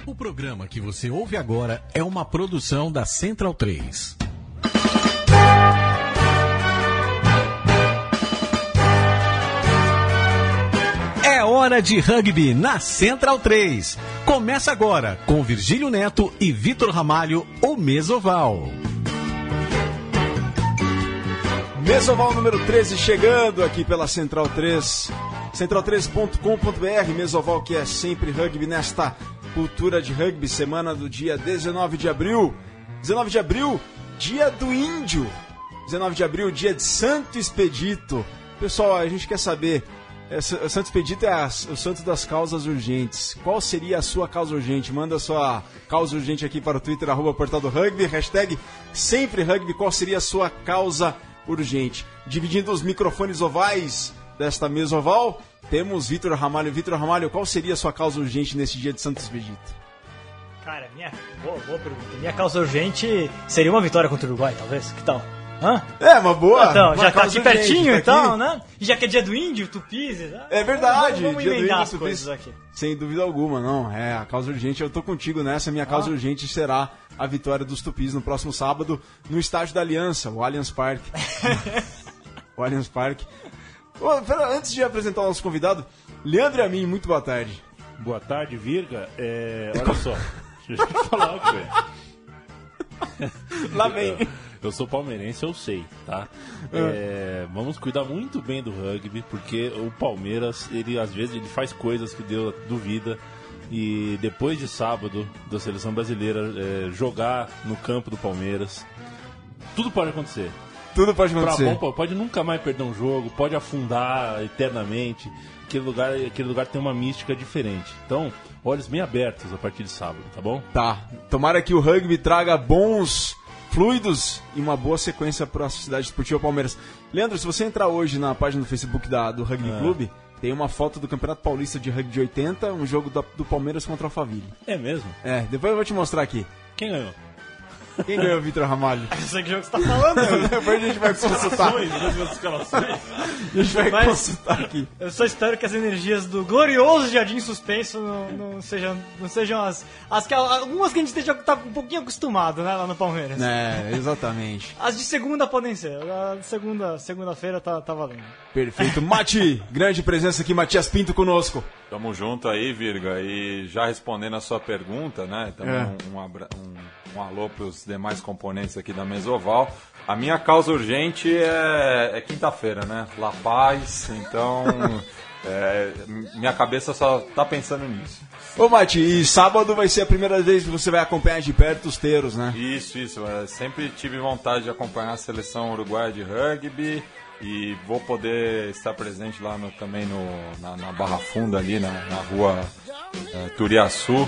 O programa que você ouve agora é uma produção da Central 3. É hora de rugby na Central 3. Começa agora com Virgílio Neto e Vitor Ramalho, o Mesoval. Mesoval número 13 chegando aqui pela Central 3. Central3.com.br, Mesoval que é sempre rugby nesta cultura de rugby, semana do dia 19 de abril. 19 de abril, dia do índio. 19 de abril, dia de Santo Expedito. Pessoal, a gente quer saber, Santo Expedito é o santo das causas urgentes. Qual seria a sua causa urgente? Manda a sua causa urgente aqui para o Twitter, @Portal do Rugby, hashtag sempre rugby. Qual seria a sua causa urgente? Dividindo os microfones ovais desta mesa oval, temos Vitor Ramalho. Vitor Ramalho, qual seria a sua causa urgente nesse dia de Santo Expedito? Cara, boa pergunta. Minha causa urgente seria uma vitória contra o Uruguai, talvez? Que tal? Hã? É, uma boa. Então, uma já tá aqui urgente, pertinho tá e tal, aqui. né? E já que é dia do índio, tupis... É verdade. Vamos dia do emendar índio, as tupis. coisas aqui. Sem dúvida alguma, não. É, a causa urgente, eu tô contigo nessa. Minha causa urgente será a vitória dos tupis no próximo sábado no estádio da Aliança, o Allianz Parque. O Allianz Parque. Antes de apresentar o nosso convidado, Leandro e a mim, muito boa tarde. Boa tarde, Virga. Olha só, deixa eu falar uma coisa. Lá vem. Eu sou palmeirense, eu sei, tá? Vamos cuidar muito bem do rugby, porque o Palmeiras, ele às vezes ele faz coisas que Deus duvida. E depois de sábado, da seleção brasileira jogar no campo do Palmeiras, tudo pode acontecer. Tudo pode acontecer. Pode nunca mais perder um jogo, pode afundar eternamente. Aquele lugar tem uma mística diferente. Então, olhos bem abertos a partir de sábado, tá bom? Tá. Tomara que o rugby traga bons fluidos e uma boa sequência para a Sociedade Esportiva Palmeiras. Leandro, se você entrar hoje na página do Facebook do Rugby Clube, tem uma foto do Campeonato Paulista de Rugby de 80, um jogo do Palmeiras contra o Alphaville. É mesmo? Depois eu vou te mostrar aqui. Quem ganhou? Quem ganhou, Vitor Ramalho? Eu sei que jogo você tá falando. Depois a gente vai consultar. A gente vai consultar aqui. Eu só espero que as energias do glorioso Jardim Suspenso não sejam as que algumas que a gente tá um pouquinho acostumado, né, lá no Palmeiras. Exatamente. As de segunda podem ser. A de segunda-feira tá valendo. Perfeito. Mati, grande presença aqui, Matias Pinto conosco. Tamo junto aí, Virga, e já respondendo a sua pergunta, né, também um alô para os demais componentes aqui da Mesoval. A minha causa urgente é quinta-feira, né, La Paz, então minha cabeça só tá pensando nisso. Ô Mati, e sábado vai ser a primeira vez que você vai acompanhar de perto os teiros, né? Isso, sempre tive vontade de acompanhar a seleção uruguaia de rugby. E vou poder estar presente lá também na Barra Funda, ali na rua Turiaçu.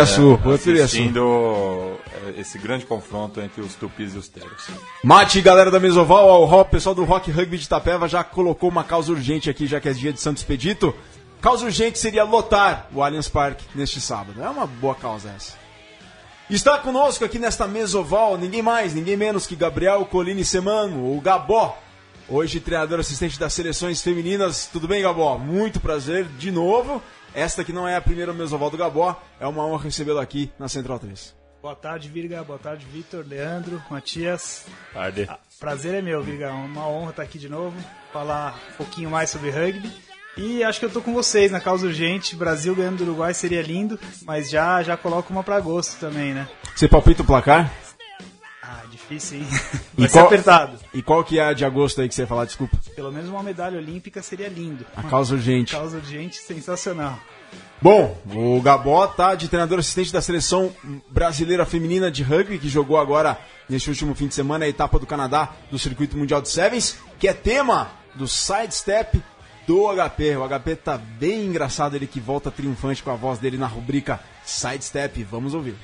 Assistindo esse grande confronto entre os tupis e os teiros. Mate, galera da Mesoval, o pessoal do Rock Rugby de Itapeva já colocou uma causa urgente aqui, já que é dia de Santo Expedito. Causa urgente seria lotar o Allianz Parque neste sábado. É uma boa causa essa. Está conosco aqui nesta Mesoval ninguém mais, ninguém menos que Gabriel Colini Semano, o Gabó. Hoje, treinador assistente das seleções femininas. Tudo bem, Gabó? Muito prazer, de novo. Esta que não é a primeira Mesoval do Gabó. É uma honra recebê-lo aqui na Central 3. Boa tarde, Virga. Boa tarde, Vitor, Leandro, Matias. Tarde. Prazer é meu, Virga. Uma honra estar aqui de novo. Falar um pouquinho mais sobre rugby. E acho que eu tô com vocês na causa urgente. Brasil ganhando do Uruguai seria lindo. Mas já coloco uma pra agosto também, né? Você palpita o placar? Difícil, hein? Vai ser apertado. E qual que é a de agosto aí que você ia falar, desculpa? Pelo menos uma medalha olímpica seria lindo. A causa urgente. Causa urgente, sensacional. Bom, o Gabó tá de treinador assistente da seleção brasileira feminina de rugby, que jogou agora, neste último fim de semana, a etapa do Canadá do Circuito Mundial de Sevens, que é tema do Sidestep do HP. O HP tá bem engraçado, ele que volta triunfante com a voz dele na rubrica Sidestep. Vamos ouvir.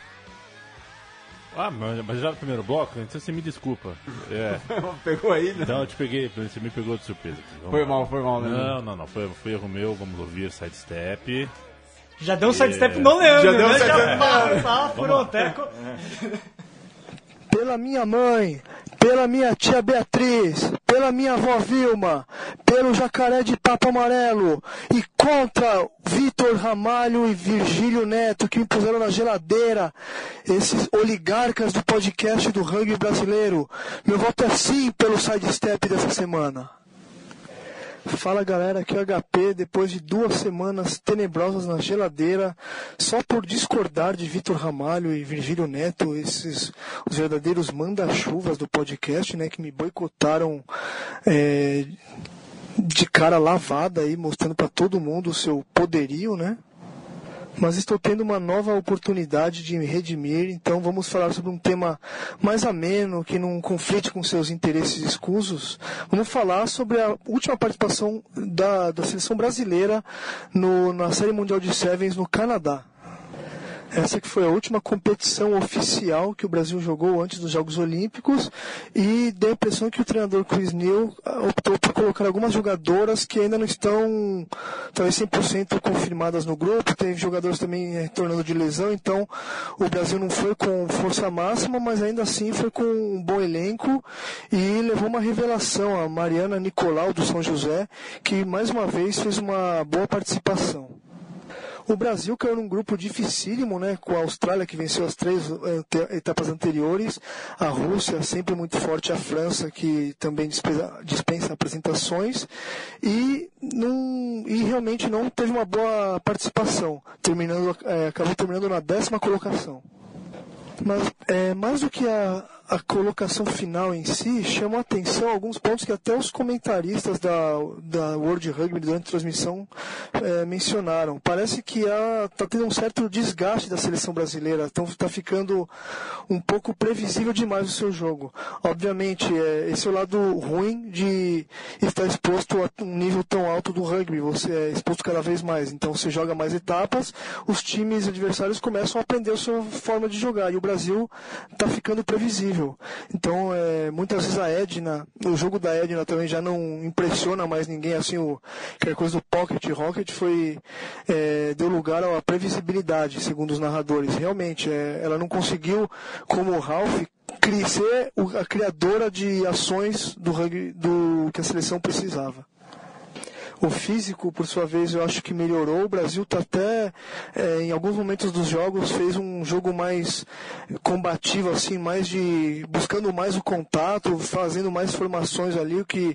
Mas já no primeiro bloco, então você me desculpa. Pegou aí, né? Então eu te peguei, você me pegou de surpresa. Foi mal, né? Não, foi erro meu, vamos ouvir Sidestep. Já deu um sidestep no Leandro, já deu um né? sidestep. Furou o teco. pela minha mãe, pela minha tia Beatriz, pela minha avó Vilma, pelo jacaré de papo amarelo e contra Vitor Ramalho e Virgílio Neto, que me puseram na geladeira, esses oligarcas do podcast do rugby brasileiro. Meu voto é sim pelo sidestep dessa semana. Fala galera, aqui é o HP, depois de 2 semanas tenebrosas na geladeira, só por discordar de Vitor Ramalho e Virgílio Neto, os verdadeiros manda-chuvas do podcast, né, que me boicotaram de cara lavada aí, mostrando para todo mundo o seu poderio, né? Mas estou tendo uma nova oportunidade de me redimir, então vamos falar sobre um tema mais ameno, que não conflite com seus interesses escusos. Vamos falar sobre a última participação da seleção brasileira na Série Mundial de Sevens no Canadá. Essa que foi a última competição oficial que o Brasil jogou antes dos Jogos Olímpicos e deu a impressão que o treinador Chris Neal optou por colocar algumas jogadoras que ainda não estão talvez 100% confirmadas no grupo. Tem jogadores também retornando de lesão, então o Brasil não foi com força máxima, mas ainda assim foi com um bom elenco e levou uma revelação, a Mariana Nicolau do São José, que mais uma vez fez uma boa participação. O Brasil caiu num grupo dificílimo, né, com a Austrália, que venceu as 3 etapas anteriores, a Rússia sempre muito forte, a França, que também dispensa apresentações, e realmente não teve uma boa participação, acabou terminando na 10ª colocação. Mas mais do que a colocação final em si, chama a atenção alguns pontos que até os comentaristas da World Rugby durante a transmissão mencionaram. Parece que está tendo um certo desgaste da seleção brasileira, então está ficando um pouco previsível demais o seu jogo. Obviamente, esse é o lado ruim de estar exposto a um nível tão alto do rugby, você é exposto cada vez mais, então você joga mais etapas, os times adversários começam a aprender a sua forma de jogar, e o Brasil está ficando previsível. Então, muitas vezes a Edna, o jogo da Edna também já não impressiona mais ninguém, assim, aquela coisa do Pocket Rocket deu lugar à previsibilidade, segundo os narradores. Realmente, ela não conseguiu, como o Ralph, ser a criadora de ações do rugby que a seleção precisava. O físico, por sua vez, eu acho que melhorou. O Brasil está até, em alguns momentos dos jogos, fez um jogo mais combativo, assim, buscando mais o contato, fazendo mais formações ali, o que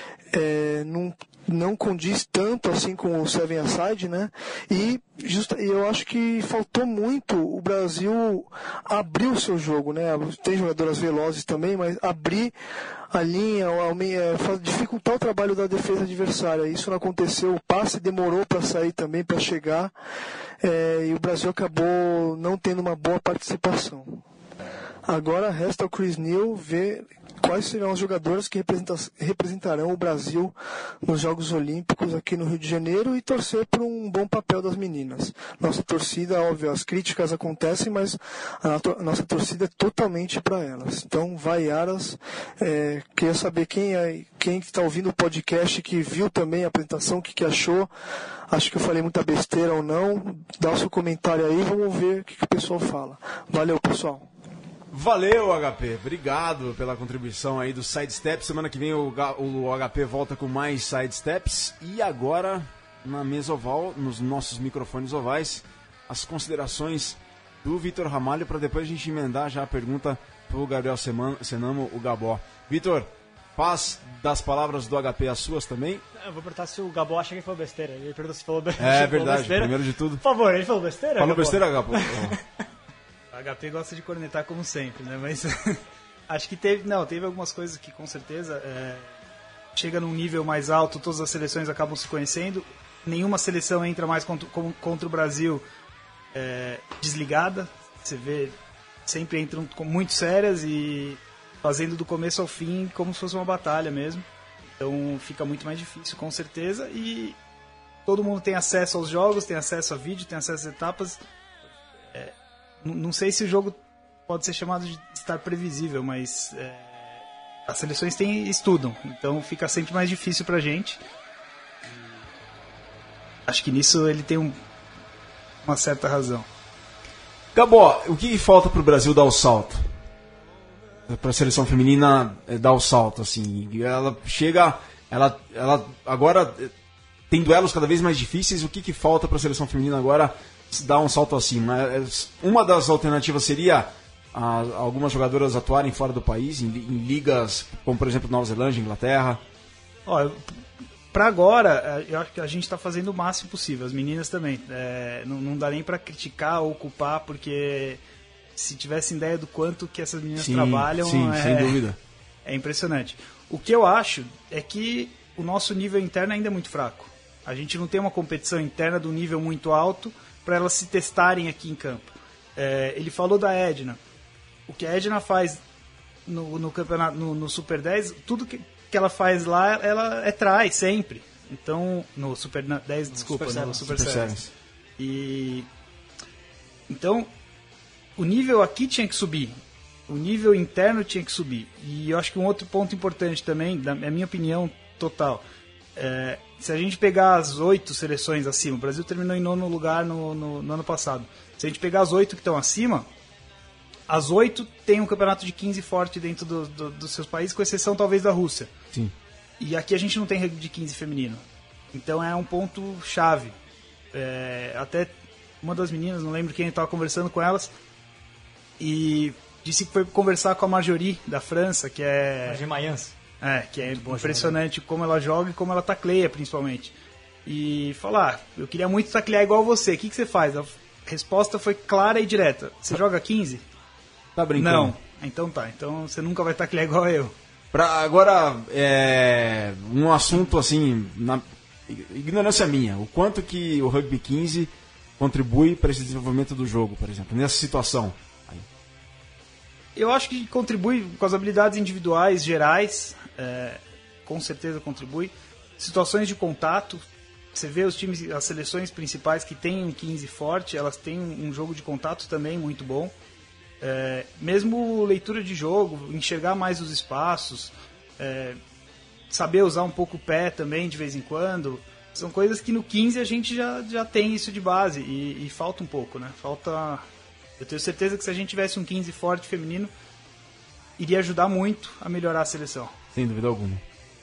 não condiz tanto assim com o Seven Aside, né? E eu acho que faltou muito o Brasil abrir o seu jogo, né? Tem jogadoras velozes também, mas abrir a linha, dificultar o trabalho da defesa adversária. Isso não aconteceu, o passe demorou para sair também, para chegar, e o Brasil acabou não tendo uma boa participação. Agora resta ao Chris Neal ver quais serão as jogadoras que representarão o Brasil nos Jogos Olímpicos aqui no Rio de Janeiro e torcer por um bom papel das meninas. Nossa torcida, óbvio, as críticas acontecem, mas a nossa torcida é totalmente para elas. Então, vai Aras. Queria saber quem está ouvindo o podcast, que viu também a apresentação, o que achou. Acho que eu falei muita besteira ou não. Dá o seu comentário aí, vamos ver o que o pessoal fala. Valeu, pessoal. Valeu, HP. Obrigado pela contribuição aí do Sidestep. Semana que vem o HP volta com mais Sidesteps. E agora, na mesa oval, nos nossos microfones ovais, as considerações do Vitor Ramalho, para depois a gente emendar já a pergunta pro Gabriel Senamo, o Gabó. Vitor, faz das palavras do HP as suas também? Eu vou perguntar se o Gabó acha que ele falou besteira. Ele perguntou se falou besteira. É verdade, primeiro de tudo. Por favor, ele falou besteira? Falou Gabó? Besteira, Gabó? O HP gosta de cornetar como sempre, né? Mas acho que teve algumas coisas que com certeza chega num nível mais alto, todas as seleções acabam se conhecendo, nenhuma seleção entra mais contra o Brasil desligada, você vê, sempre entram muito sérias e fazendo do começo ao fim como se fosse uma batalha mesmo, então fica muito mais difícil com certeza, e todo mundo tem acesso aos jogos, tem acesso a vídeo, tem acesso às etapas. Não sei se o jogo pode ser chamado de estar previsível, mas as seleções estudam, então fica sempre mais difícil pra gente. Acho que nisso ele tem uma certa razão. Gabó, o que falta pro Brasil dar o salto? para a seleção feminina dar o salto, assim? Ela chega, ela agora tem duelos cada vez mais difíceis. O que falta para a seleção feminina agora dar um salto acima? Uma das alternativas seria algumas jogadoras atuarem fora do país, em ligas como, por exemplo, Nova Zelândia, Inglaterra. Para agora, eu acho que a gente está fazendo o máximo possível, as meninas também. Não dá nem para criticar ou culpar, porque se tivesse ideia do quanto que essas meninas trabalham, sim, sem dúvida. É impressionante. O que eu acho é que o nosso nível interno ainda é muito fraco. A gente não tem uma competição interna do nível muito alto para elas se testarem aqui em campo. Ele falou da Edna. O que a Edna faz no campeonato, no Super 10, tudo que ela faz lá, ela traz sempre. Então, no Super 10, desculpa, no Super 7. Então, o nível aqui tinha que subir. O nível interno tinha que subir. E eu acho que um outro ponto importante também, na minha opinião total, se a gente pegar as 8 seleções acima, o Brasil terminou em 9º lugar no ano passado. Se a gente pegar as 8 que estão acima, as 8 têm um campeonato de 15 forte dentro dos seus países, com exceção talvez da Rússia. Sim. E aqui a gente não tem rugby de 15 feminino. Então é um ponto chave. Até uma das meninas, não lembro quem, estava conversando com elas, e disse que foi conversar com a Marjorie da França, que é... Marjorie Mayans. Que é impressionante como ela joga e como ela tacleia, principalmente. E falar, eu queria muito taclear igual você, o que você faz? A resposta foi clara e direta. Você joga 15? Tá brincando? Não. Então tá, então você nunca vai taclear igual eu. Agora, um assunto assim, ignorância minha, o quanto que o Rugby 15 contribui para esse desenvolvimento do jogo, por exemplo, nessa situação? Eu acho que contribui com as habilidades individuais gerais, com certeza contribui. Situações de contato, você vê os times, as seleções principais que têm um 15 forte, elas têm um jogo de contato também muito bom. Mesmo leitura de jogo, enxergar mais os espaços, saber usar um pouco o pé também de vez em quando, são coisas que no 15 a gente já tem isso de base e falta um pouco, né? Eu tenho certeza que se a gente tivesse um 15 forte feminino, iria ajudar muito a melhorar a seleção. Sem dúvida alguma.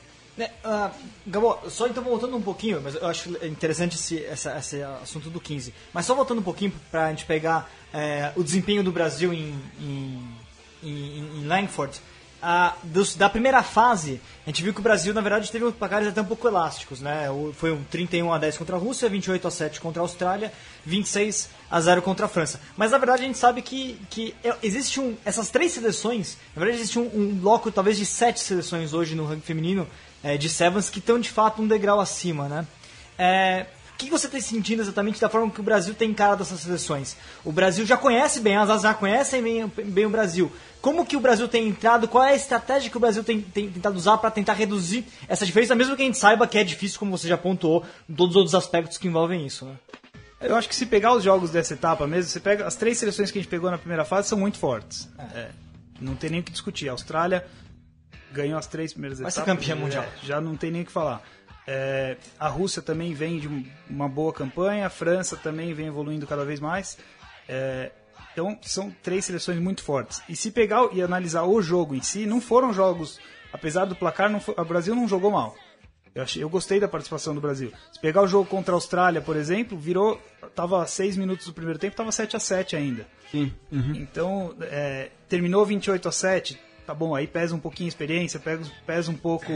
Gabo, só então voltando um pouquinho, mas eu acho interessante esse assunto do 15, mas só voltando um pouquinho para a gente pegar o desempenho do Brasil em Langford. Da primeira fase, a gente viu que o Brasil, na verdade, teve placares até um pouco elásticos, né? Foi um 31-10 contra a Rússia, 28-7 contra a Austrália, 26-0 contra a França. Mas, na verdade, a gente sabe que existe essas 3 seleções, na verdade, existe um bloco, talvez, de 7 seleções hoje no rugby feminino, de Sevens, que estão, de fato, um degrau acima, né? O que você está sentindo exatamente da forma que o Brasil tem encarado essas seleções? O Brasil já conhece bem, as já conhecem bem o Brasil. Como que o Brasil tem entrado? Qual é a estratégia que o Brasil tem tentado usar para tentar reduzir essa diferença, mesmo que a gente saiba que é difícil, como você já pontuou, em todos os outros aspectos que envolvem isso, né? Eu acho que se pegar os jogos dessa etapa mesmo, você pega as 3 seleções que a gente pegou na primeira fase, são muito fortes. Não tem nem o que discutir. A Austrália ganhou as 3 primeiras etapas. Vai ser campeã mundial. Já não tem nem o que falar. A Rússia também vem de uma boa campanha, a França também vem evoluindo cada vez mais. Então são 3 seleções muito fortes. E se pegar e analisar o jogo em si, não foram jogos, apesar do placar, o Brasil não jogou mal. Eu gostei da participação do Brasil. Se pegar o jogo contra a Austrália, por exemplo, estava 6 minutos do primeiro tempo, estava 7-7 ainda. Sim. Uhum. Então, terminou 28-7, tá bom, aí pesa um pouquinho a experiência, pesa um pouco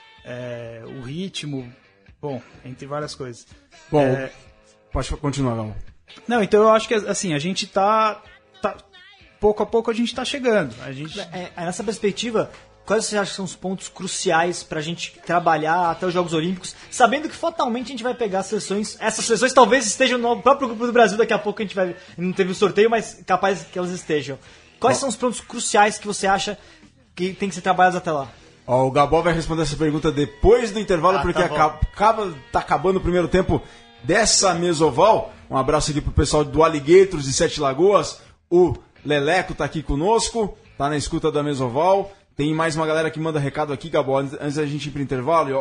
o ritmo, bom, entre várias coisas. Bom, pode continuar, Gal. Não, então eu acho que assim, a gente tá pouco a pouco a gente tá chegando. Nessa perspectiva, quais você acha que são os pontos cruciais pra gente trabalhar até os Jogos Olímpicos, sabendo que fatalmente a gente vai pegar seleções, essas seleções talvez estejam no próprio grupo do Brasil, daqui a pouco a gente vai, não teve o sorteio, mas capaz que elas estejam. Quais são os pontos cruciais que você acha que tem que ser trabalhados até lá? O Gabó vai responder essa pergunta depois do intervalo, porque tá acabando o primeiro tempo dessa Mesoval. Um abraço aqui pro pessoal do Alligators de Sete Lagoas. O Leleco tá aqui conosco, tá na escuta da Mesoval. Tem mais uma galera que manda recado aqui, Gabó, antes da gente ir pro intervalo.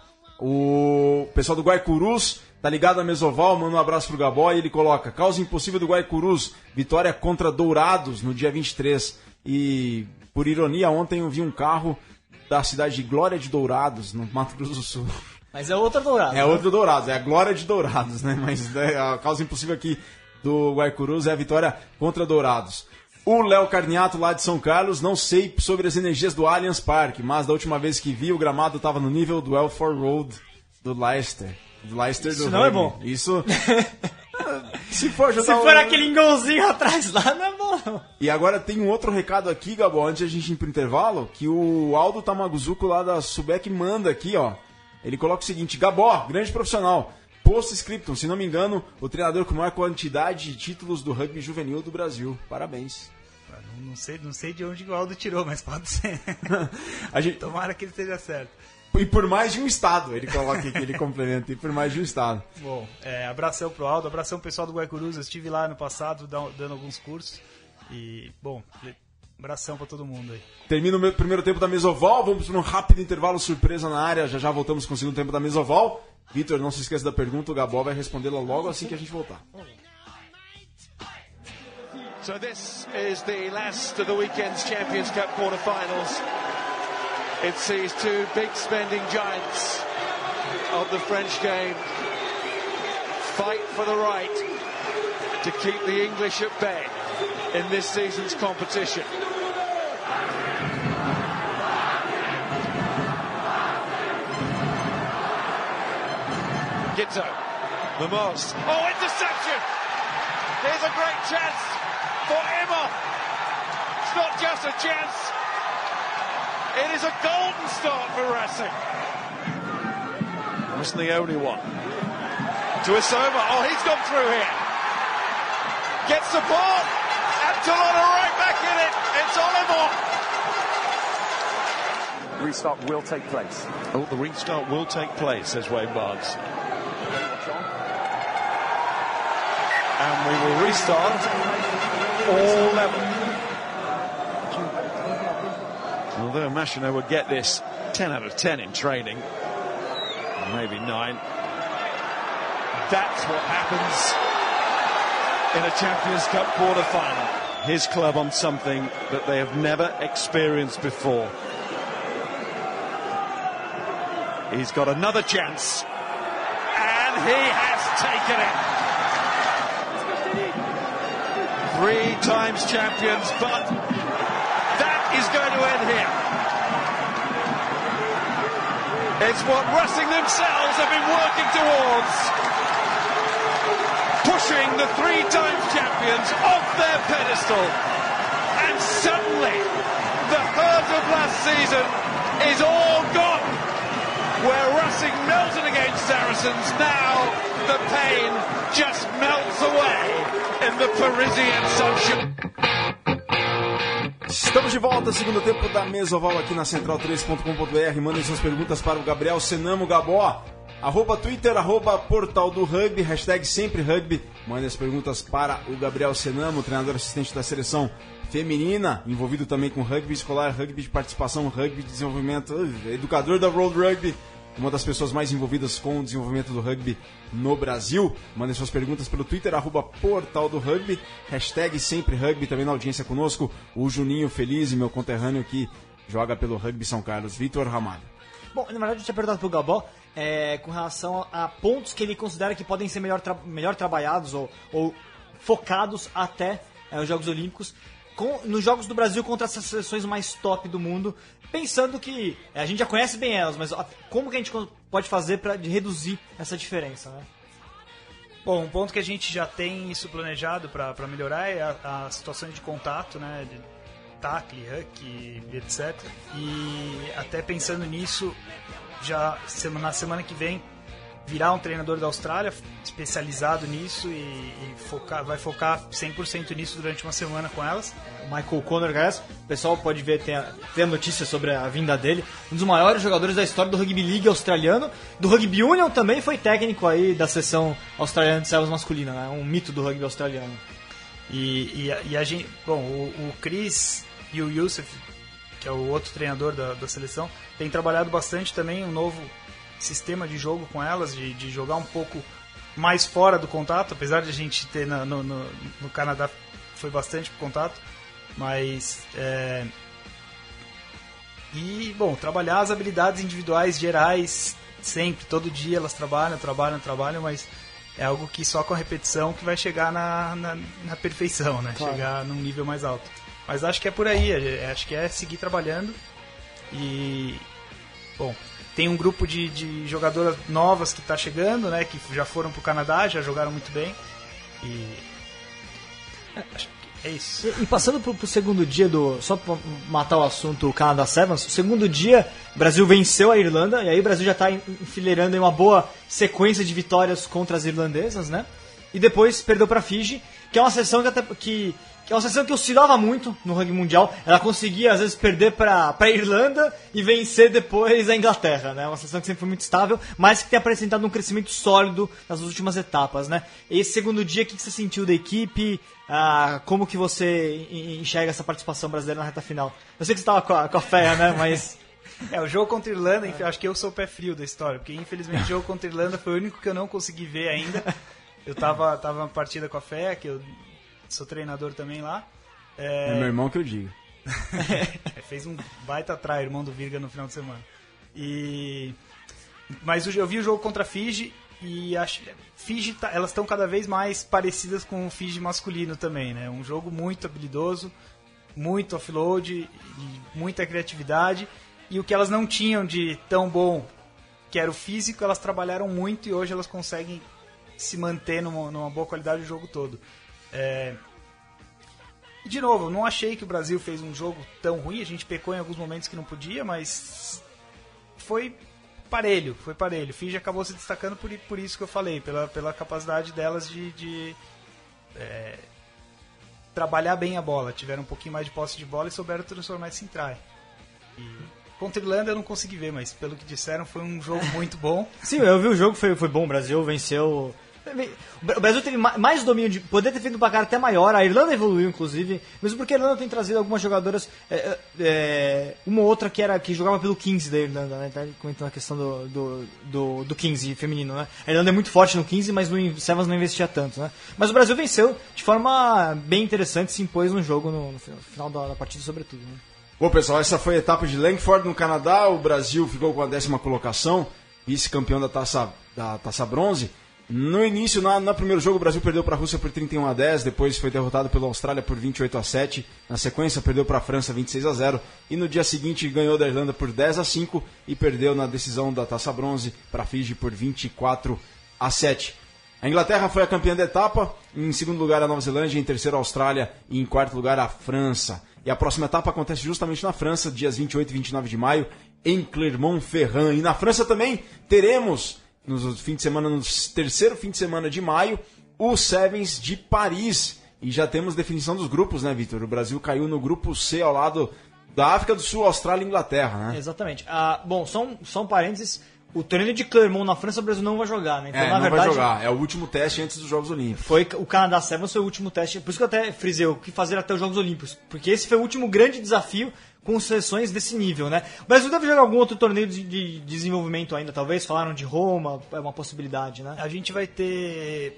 O pessoal do Guaicurus tá ligado à Mesoval, manda um abraço pro Gabó e ele coloca: causa impossível do Guaicurus, vitória contra Dourados no dia 23. E Por ironia, ontem eu vi um carro da cidade de Glória de Dourados, no Mato Grosso do Sul. Mas é outro Dourado. É outro Dourados, é a Glória de Dourados, né? Mas a causa impossível aqui do Guaicurus é a vitória contra Dourados. O Léo Carniato, lá de São Carlos, não sei sobre as energias do Allianz Parque, mas da última vez que vi, o gramado estava no nível do Welford Road do Leicester. Do Leicester Isso do não rugby. é bom. Isso... Se for aquele golzinho atrás lá, não é bom não. E agora tem um outro recado aqui, Gabo, antes de a gente ir pro intervalo, que o Aldo Tamaguzuko lá da Subec manda aqui, ó. Ele coloca o seguinte: Gabó, grande profissional, post-scriptum, se não me engano, o treinador com maior quantidade de títulos do rugby juvenil do Brasil. Parabéns. Não sei de onde o Aldo tirou, mas pode ser. Tomara que ele esteja certo. E por mais de um estado, ele coloca aqui, ele complementa, e por mais de um estado. Bom, abração pro Aldo, abração pro pessoal do Guaicurus, eu estive lá no passado dando alguns cursos. E, bom, abração pra todo mundo aí. Termina o primeiro tempo da Mesoval, vamos para um rápido intervalo surpresa na área, já voltamos com o segundo tempo da Mesoval. Vitor, não se esqueça da pergunta, o Gabó vai respondê-la logo assim que a gente voltar. So this is the last of the weekend's Champions Cup quarterfinals. It sees two big spending giants of the French game fight for the right to keep the English at bay in this season's competition. Gizzo, Lemors. Oh, interception! Here's a great chance for Emma. It's not just a chance. It is a golden start for Racing. Wasn't the only one. To Isoma. Oh, he's gone through here. Gets support. Antelon right back in it. It's Oliver. Restart will take place. Oh, the restart will take place, says Wayne Barnes. And we will restart all level. Although Machino would get this 10 out of 10 in training, maybe 9. That's what happens in a Champions Cup quarter-final. His club on something that they have never experienced before. He's got another chance, and he has taken it. 3 times champions, but that is going to end here. It's what Racing themselves have been working towards. Pushing the 3 times champions off their pedestal. And suddenly, the hurt of last season is all gone. Where Racing melted against Saracens, now the pain just melts away in the Parisian sunshine. Estamos de volta, segundo tempo da Mesoval aqui na central3.com.br. Mandem suas perguntas para o Gabriel Senamo Gabó. @Twitter, @Portal do Rugby, hashtag sempre rugby. Mandem as perguntas para o Gabriel Senamo, treinador assistente da seleção feminina, envolvido também com rugby escolar, rugby de participação, rugby de desenvolvimento, educador da World Rugby, uma das pessoas mais envolvidas com o desenvolvimento do rugby no Brasil. Mandem suas perguntas pelo Twitter, @Portal do Rugby, hashtag sempre rugby. Também na audiência conosco, o Juninho Feliz, meu conterrâneo que joga pelo Rugby São Carlos, Vitor Ramalho. Bom, na verdade eu tinha perguntado pro Gabó com relação a pontos que ele considera que podem ser melhor trabalhados ou focados até os Jogos Olímpicos nos Jogos do Brasil contra essas seleções mais top do mundo, pensando que a gente já conhece bem elas, mas como que a gente pode fazer para reduzir essa diferença, né? Bom, um ponto que a gente já tem isso planejado para melhorar é a situação de contato, né, de tackle, huck, etc. E até pensando nisso, já na semana que vem virar um treinador da Austrália especializado nisso e vai focar 100% nisso durante uma semana com elas. O Michael Connor, o pessoal pode ver, tem a notícia sobre a vinda dele, um dos maiores jogadores da história do Rugby League australiano, do Rugby Union também foi técnico aí da seção australiana de selvas masculina, né? Um mito do rugby australiano. E a gente, bom, o Chris e o Youssef, que é o outro treinador da seleção, tem trabalhado bastante também um novo sistema de jogo com elas, de jogar um pouco mais fora do contato, apesar de a gente ter no Canadá foi bastante contato, mas E, bom, trabalhar as habilidades individuais gerais sempre, todo dia elas trabalham, mas é algo que só com a repetição que vai chegar na perfeição, né? Claro. Chegar num nível mais alto. Mas acho que é por aí, acho que é seguir trabalhando. E, bom, tem um grupo de jogadoras novas que está chegando, né? Que já foram para o Canadá, já jogaram muito bem. E acho que é isso. E passando pro segundo dia só para matar o assunto o Canadá Sevens, o segundo dia o Brasil venceu a Irlanda, e aí o Brasil já está enfileirando em uma boa sequência de vitórias contra as irlandesas, né? E depois perdeu para Fiji, que é uma seleção que é uma seleção que oscilava muito no rugby mundial. Ela conseguia, às vezes, perder para a Irlanda e vencer depois a Inglaterra, né? Uma seleção que sempre foi muito estável, mas que tem apresentado um crescimento sólido nas últimas etapas, né? Esse segundo dia, o que você sentiu da equipe? Como que você enxerga essa participação brasileira na reta final? Eu sei que você estava com a fé, né? Mas... o jogo contra a Irlanda, enfim, acho que eu sou o pé frio da história, porque infelizmente o jogo contra a Irlanda foi o único que eu não consegui ver ainda. Eu tava na partida com a fé, que eu sou treinador também lá. É meu irmão que eu digo. Fez um baita try, irmão do Virga, no final de semana. Mas eu vi o jogo contra a Fiji e Fiji elas estão cada vez mais parecidas com o Fiji masculino também, né? Um jogo muito habilidoso, muito offload, e muita criatividade. E o que elas não tinham de tão bom, que era o físico, elas trabalharam muito e hoje elas conseguem se manter numa boa qualidade o jogo todo. De novo, não achei que o Brasil fez um jogo tão ruim, a gente pecou em alguns momentos que não podia, mas foi parelho. Fiji acabou se destacando por isso que eu falei, pela capacidade delas de trabalhar bem a bola, tiveram um pouquinho mais de posse de bola e souberam transformar isso em try. Contra a Irlanda eu não consegui ver, mas pelo que disseram foi um jogo muito bom. Sim, eu vi o jogo, foi bom, o Brasil venceu. O Brasil teve mais domínio, poderia ter feito um placar até maior, a Irlanda evoluiu inclusive, mesmo porque a Irlanda tem trazido algumas jogadoras, uma ou outra que jogava pelo 15 da Irlanda, né? Tá comentando a questão do 15 feminino, né? A Irlanda é muito forte no 15, mas no Sevens não investia tanto, né? Mas o Brasil venceu de forma bem interessante, se impôs no jogo no final da partida sobretudo, né? Bom, pessoal, essa foi a etapa de Langford no Canadá. O Brasil ficou com a 10ª colocação, vice-campeão da taça bronze. No início, no primeiro jogo, o Brasil perdeu para a Rússia por 31-10, depois foi derrotado pela Austrália por 28-7, na sequência perdeu para a França 26-0 e no dia seguinte ganhou da Irlanda por 10-5 e perdeu na decisão da taça bronze para a Fiji por 24-7. A Inglaterra foi a campeã da etapa, em segundo lugar a Nova Zelândia, em terceiro a Austrália e em quarto lugar a França. E a próxima etapa acontece justamente na França, dias 28 e 29 de maio, em Clermont-Ferrand. E na França também teremos, no terceiro fim de semana de maio, o Sevens de Paris. E já temos definição dos grupos, né, Vitor? O Brasil caiu no grupo C ao lado da África do Sul, Austrália e Inglaterra, né? Exatamente. Bom, só um parênteses. O torneio de Clermont na França, o Brasil não vai jogar, né? Então, na verdade, vai jogar. É o último teste antes dos Jogos Olímpicos. O Canadá Sevens foi o último teste. Por isso que eu até frisei o que fazer até os Jogos Olímpicos. Porque esse foi o último grande desafio com seleções desse nível, né? O Brasil deve jogar algum outro torneio de desenvolvimento ainda, talvez. Falaram de Roma, é uma possibilidade, né? A gente vai ter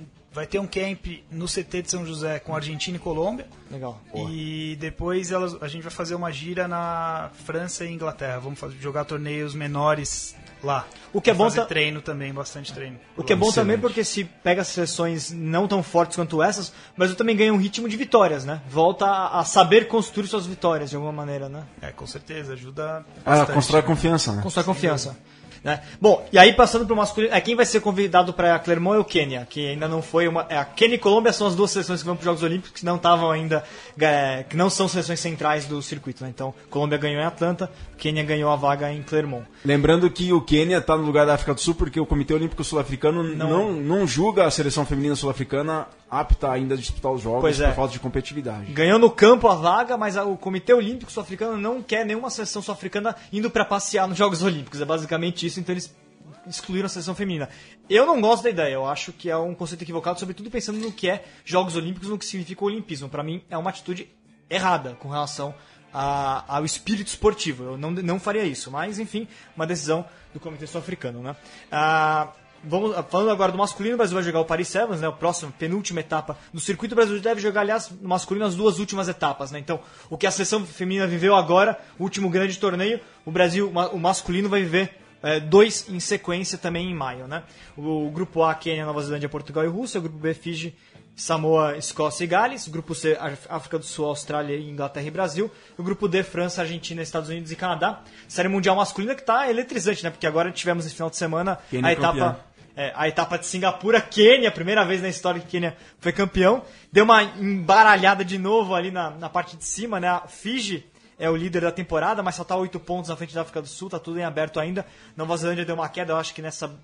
um camp no CT de São José com Argentina e Colômbia. Legal. E depois a gente vai fazer uma gira na França e Inglaterra. Vamos jogar torneios menores lá. O que é bom treino também, bastante treino. O que é bom também porque se pega seleções não tão fortes quanto essas, mas também ganha um ritmo de vitórias, né? Volta a saber construir suas vitórias de alguma maneira, né? Com certeza, ajuda bastante. Constrói confiança, né? Constrói confiança. Né? Bom, e aí passando para o masculino, quem vai ser convidado para Clermont é o Quênia, que ainda não foi a Quênia e Colômbia são as duas seleções que vão para os Jogos Olímpicos que não estavam ainda, que não são seleções centrais do circuito, né? Então, Colômbia ganhou em Atlanta, Quênia ganhou a vaga em Clermont. Lembrando que o Quênia está no lugar da África do Sul porque o Comitê Olímpico Sul-Africano não julga a seleção feminina sul-africana apta ainda a disputar os jogos por falta de competitividade. Ganhou no campo a vaga, mas o Comitê Olímpico Sul-Africano não quer nenhuma seleção sul-africana indo para passear nos Jogos Olímpicos. É basicamente isso, então eles excluíram a seleção feminina. Eu não gosto da ideia, eu acho que é um conceito equivocado, sobretudo pensando no que é Jogos Olímpicos, no que significa o olimpismo. Para mim, é uma atitude errada com relação ao espírito esportivo. Eu não faria isso, mas enfim, uma decisão do Comitê Sul-Africano, né? falando agora do masculino, o Brasil vai jogar o Paris Sevens, né, o próximo, penúltima etapa do circuito. O Brasil deve jogar, aliás, no masculino as 2 últimas etapas, né? Então, o que a seleção feminina viveu agora, o último grande torneio, o Brasil, o masculino vai viver 2 em sequência também em maio, né? O grupo A, Quênia, Nova Zelândia, Portugal e Rússia. O grupo B, Fiji, Samoa, Escócia e Gales. O grupo C, África do Sul, Austrália, Inglaterra e Brasil. O grupo D, França, Argentina, Estados Unidos e Canadá. Série mundial masculina que está eletrizante, né? Porque agora tivemos esse final de semana a etapa de Singapura. Quênia, primeira vez na história que Quênia foi campeão. Deu uma embaralhada de novo ali na parte de cima, né? A Fiji é o líder da temporada, mas só está 8 pontos na frente da África do Sul, tá tudo em aberto ainda. Nova Zelândia deu uma queda, eu acho que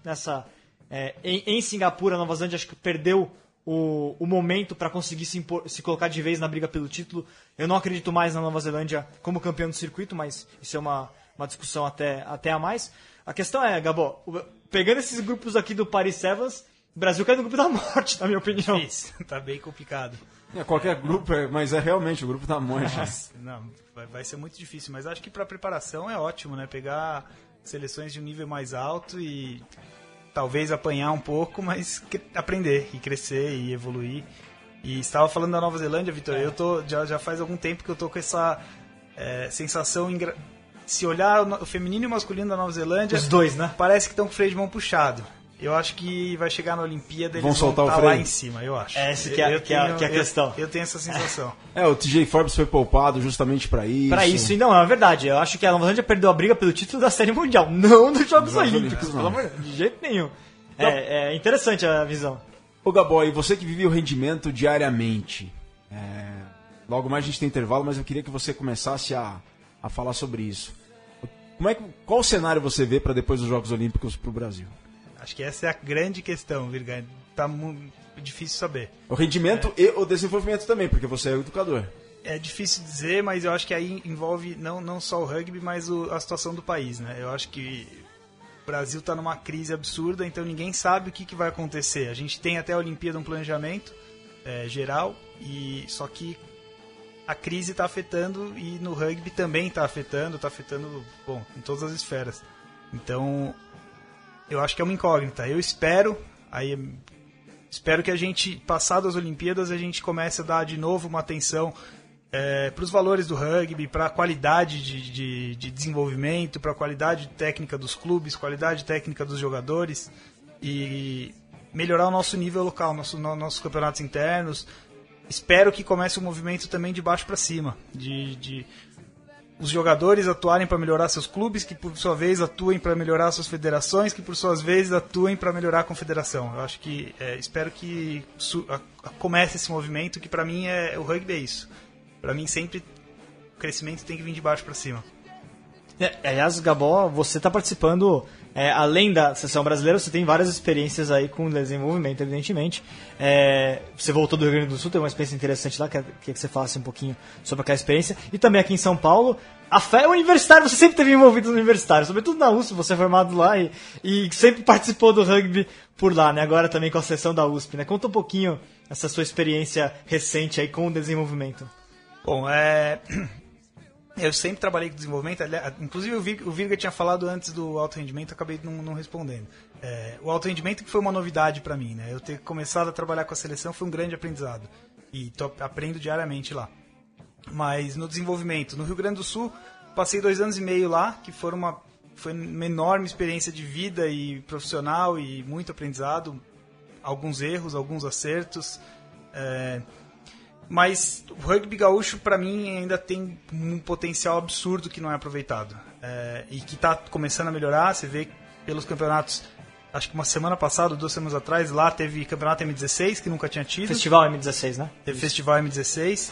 em Singapura, a Nova Zelândia acho que perdeu o momento para conseguir se colocar de vez na briga pelo título. Eu não acredito mais na Nova Zelândia como campeão do circuito, mas isso é uma discussão até a mais. A questão é, Gabo, pegando esses grupos aqui do Paris Sevens, o Brasil cai no grupo da morte, na minha opinião. Isso, tá bem complicado. Qualquer grupo, mas é realmente o grupo da morte. Não, vai ser muito difícil, mas acho que para preparação é ótimo, né? Pegar seleções de um nível mais alto e talvez apanhar um pouco, mas aprender e crescer e evoluir. E estava falando da Nova Zelândia, Vitor, eu tô já faz algum tempo que eu tô com essa sensação. Se olhar o feminino e o masculino da Nova Zelândia, os dois, né? Parece que estão com o freio de mão puxado. Eu acho que vai chegar na Olimpíada, eles vão estar lá em cima, eu acho. Essa que é a questão. Eu tenho essa sensação. O TJ Forbes foi poupado justamente para isso. Para isso, e não, é verdade. Eu acho que a Nova Zelândia perdeu a briga pelo título da Série Mundial, não dos Jogos Olímpicos, pelo amor de jeito nenhum. É interessante a visão. Ô Gabó, e você que vive o rendimento diariamente, logo mais a gente tem intervalo, mas eu queria que você começasse a falar sobre isso. Qual cenário você vê para depois dos Jogos Olímpicos para o Brasil? Acho que essa é a grande questão, Virga. Tá muito difícil saber. O rendimento e o desenvolvimento também, porque você é educador. É difícil dizer, mas eu acho que aí envolve não só o rugby, mas a situação do país, né? Eu acho que o Brasil está numa crise absurda, então ninguém sabe o que vai acontecer. A gente tem até a Olimpíada um planejamento geral, só que a crise está afetando e no rugby também está afetando, em todas as esferas. Então, eu acho que é uma incógnita. Eu espero que a gente, passado as Olimpíadas, a gente comece a dar de novo uma atenção para os valores do rugby, para a qualidade de desenvolvimento, para a qualidade técnica dos clubes, qualidade técnica dos jogadores e melhorar o nosso nível local, nossos campeonatos internos. Espero que comece um movimento também de baixo para cima, de os jogadores atuarem para melhorar seus clubes, que por sua vez atuem para melhorar suas federações, que por suas vezes atuem para melhorar a confederação. Eu acho que espero que comece esse movimento, que para mim o rugby é isso. Para mim sempre o crescimento tem que vir de baixo para cima. Aliás, Gabó, você está participando, além da seleção brasileira, você tem várias experiências aí com desenvolvimento, evidentemente. Você voltou do Rio Grande do Sul, tem uma experiência interessante lá, queria que você falasse um pouquinho sobre aquela experiência. E também aqui em São Paulo, a fé universitária, você sempre esteve envolvido no universitário, sobretudo na USP, você é formado lá e sempre participou do rugby por lá, né? Agora também com a seleção da USP, né? Conta um pouquinho essa sua experiência recente aí com o desenvolvimento. Bom, eu sempre trabalhei com desenvolvimento, inclusive o Virga tinha falado antes do alto rendimento, acabei não respondendo. O alto rendimento que foi uma novidade para mim, né? Eu ter começado a trabalhar com a seleção foi um grande aprendizado e aprendo diariamente lá. Mas no desenvolvimento, no Rio Grande do Sul, passei 2 anos e meio lá, que foi uma enorme experiência de vida e profissional e muito aprendizado, alguns erros, alguns acertos. Mas o rugby gaúcho, para mim, ainda tem um potencial absurdo que não é aproveitado. E que está começando a melhorar. Você vê pelos campeonatos, acho que uma semana passada, 2 semanas atrás, lá teve campeonato M16, que nunca tinha tido. Festival M16, né? Teve Festival M16.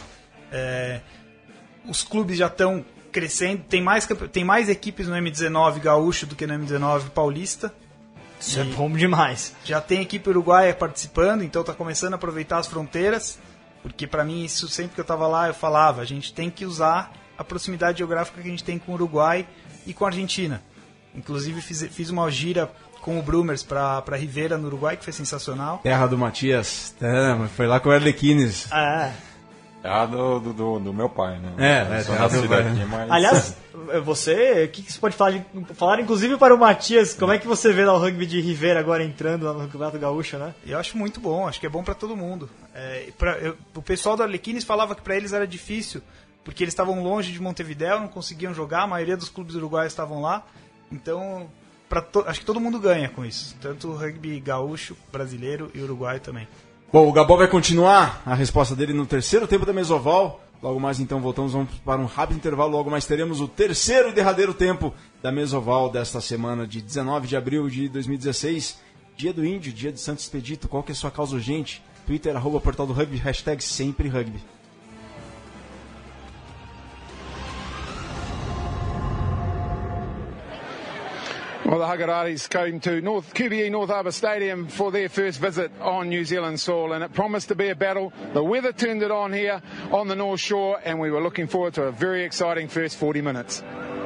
Os clubes já estão crescendo. Tem mais equipes no M19 gaúcho do que no M19 paulista. Isso é bom demais. Já tem equipe uruguaia participando, então está começando a aproveitar as fronteiras. Porque para mim, isso sempre que eu estava lá, eu falava, a gente tem que usar a proximidade geográfica que a gente tem com o Uruguai e com a Argentina. Inclusive fiz uma gira com o Brumers para Rivera, no Uruguai, que foi sensacional. Terra do Matias, foi lá com o Arlequines. É a do meu pai, né? É, Sou é a do nascido pai. aqui, mas... Aliás, o que você pode falar inclusive para o Matias, como é que você vê lá o rugby de Rivera agora entrando lá no Campeonato Gaúcho, né? Eu acho muito bom, acho que é bom pra todo mundo. O pessoal do Arlequines falava que pra eles era difícil, porque eles estavam longe de Montevidéu, não conseguiam jogar, a maioria dos clubes uruguaios estavam lá. Então, acho que todo mundo ganha com isso, tanto o rugby gaúcho, brasileiro e uruguaio também. Bom, o Gabó vai continuar a resposta dele no terceiro tempo da Mesoval. Logo mais então vamos para um rápido intervalo. Logo mais teremos o terceiro e derradeiro tempo da Mesoval desta semana de 19 de abril de 2016. Dia do Índio, dia de Santo Expedito. Qual que é a sua causa urgente? Twitter, @Portal do Rugby, #SempreRugby. Well, the Hagararis came to QBE North Harbour Stadium for their first visit on New Zealand soil, and it promised to be a battle. The weather turned it on here on the North Shore, and we were looking forward to a very exciting first 40 minutes.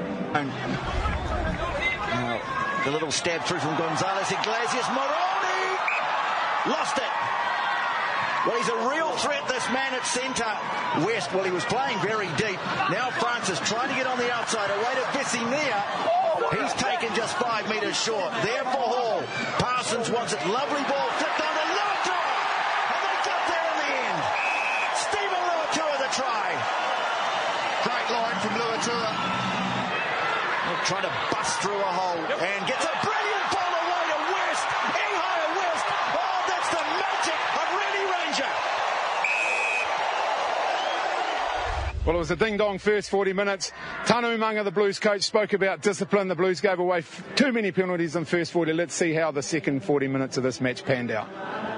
The little stab through from Gonzalez Iglesias. Moroni lost it. Well, he's a real threat, this man at centre. West, well, he was playing very deep. Now Francis trying to get on the outside, away to Vissinia. He's taken just 5 metres short. There for Hall. Parsons wants it. Lovely ball flipped on to Luatua. And they got there in the end. Stephen Luatua the try. Great line from Luatua. Trying to bust through a hole and gets a brilliant ball away to West. Ehio West. Oh, that's the magic of Reddy Ranger. Well, it was a ding-dong first 40 minutes. Tanu Umaga, the Blues coach, spoke about discipline. The Blues gave away too many penalties in the first 40. Let's see how the second 40 minutes of this match panned out.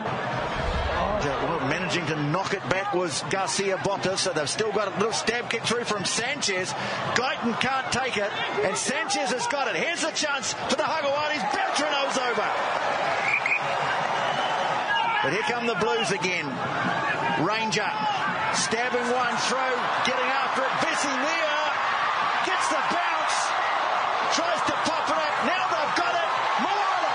Managing to knock it back was Garcia Botas, so they've still got a little stab kick through from Sanchez. Guyton can't take it, and Sanchez has got it. Here's a chance for the Hagawaris. Beltrano's over. But here come the Blues again. Ranger stabbing one through, getting after it. Vissinia gets the bounce, tries to pop it up. Now they've got it. Moana.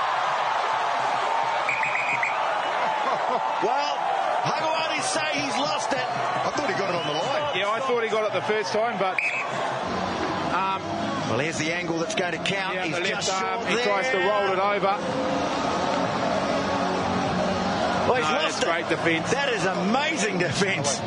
Well, Hagawaris say he's lost it. I thought he got it on the line. Yeah, I thought he got it the first time, but... well, here's the angle that's going to count. Yeah, he's the just left arm, short he there. tries to roll it over. Well, he's lost that's it. great defence. That is amazing defence.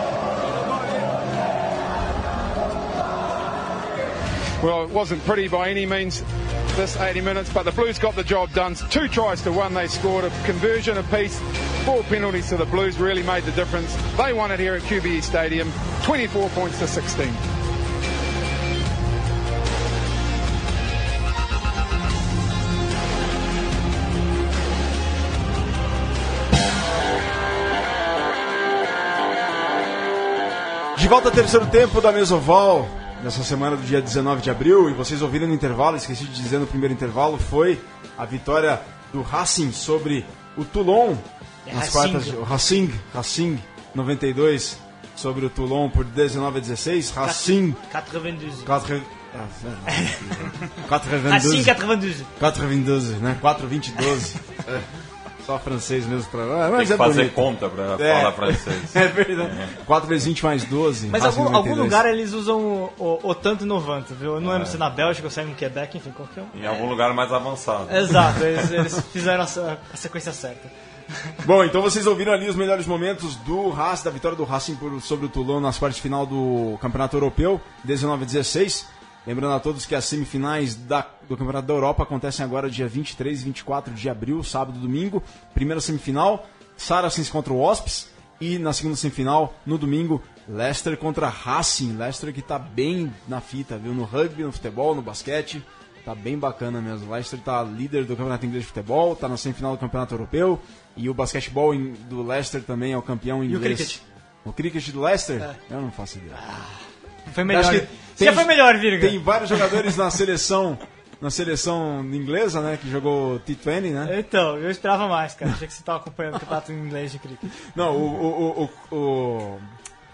Well, it wasn't pretty by any means, this 80 minutes, but the Blues got the job done. 2 tries to 1 they scored, a conversion apiece. 4 penalties to the Blues really made the difference. They won it here at QBE Stadium, 24 points to 16. De volta ao terceiro tempo da Mesoval, nessa semana do dia 19 de abril, e vocês ouviram no intervalo, esqueci de dizer no primeiro intervalo, foi a vitória do Racing sobre o Toulon, nas quartas, o Racing 92 sobre o Toulon por 19-16, Racing 92. 4-22, né? 4-20-12. Só francês mesmo pra... Tem que fazer conta pra falar francês. É verdade. 4 vezes 20 mais 12. Mas algum lugar eles usam o tanto e 90, viu? Eu não lembro se na Bélgica ou se é no Quebec, enfim, qualquer um. Em algum lugar mais avançado. Exato, eles fizeram a sequência certa. Bom, então vocês ouviram ali os melhores momentos do Racing, da vitória do Racing sobre o Toulon nas quartas de final do Campeonato Europeu, 19-16. Lembrando a todos que as semifinais do Campeonato da Europa acontecem agora dia 23 e 24 de abril, sábado e domingo. Primeira semifinal, Saracens contra o Wasps. E na segunda semifinal, no domingo, Leicester contra Racing. Leicester que tá bem na fita, viu? No rugby, no futebol, no basquete. Tá bem bacana mesmo. Leicester tá líder do Campeonato Inglês de Futebol, tá na semifinal do Campeonato Europeu. E o basquetebol do Leicester também é o campeão inglês. E o cricket? O cricket do Leicester? É. Eu não faço ideia. Foi melhor. Já foi melhor, Virga. Tem vários jogadores na seleção inglesa, né, que jogou T20, né? Então, eu esperava mais, cara. Achei que você estava acompanhando o campeonato inglês de cricket. Não,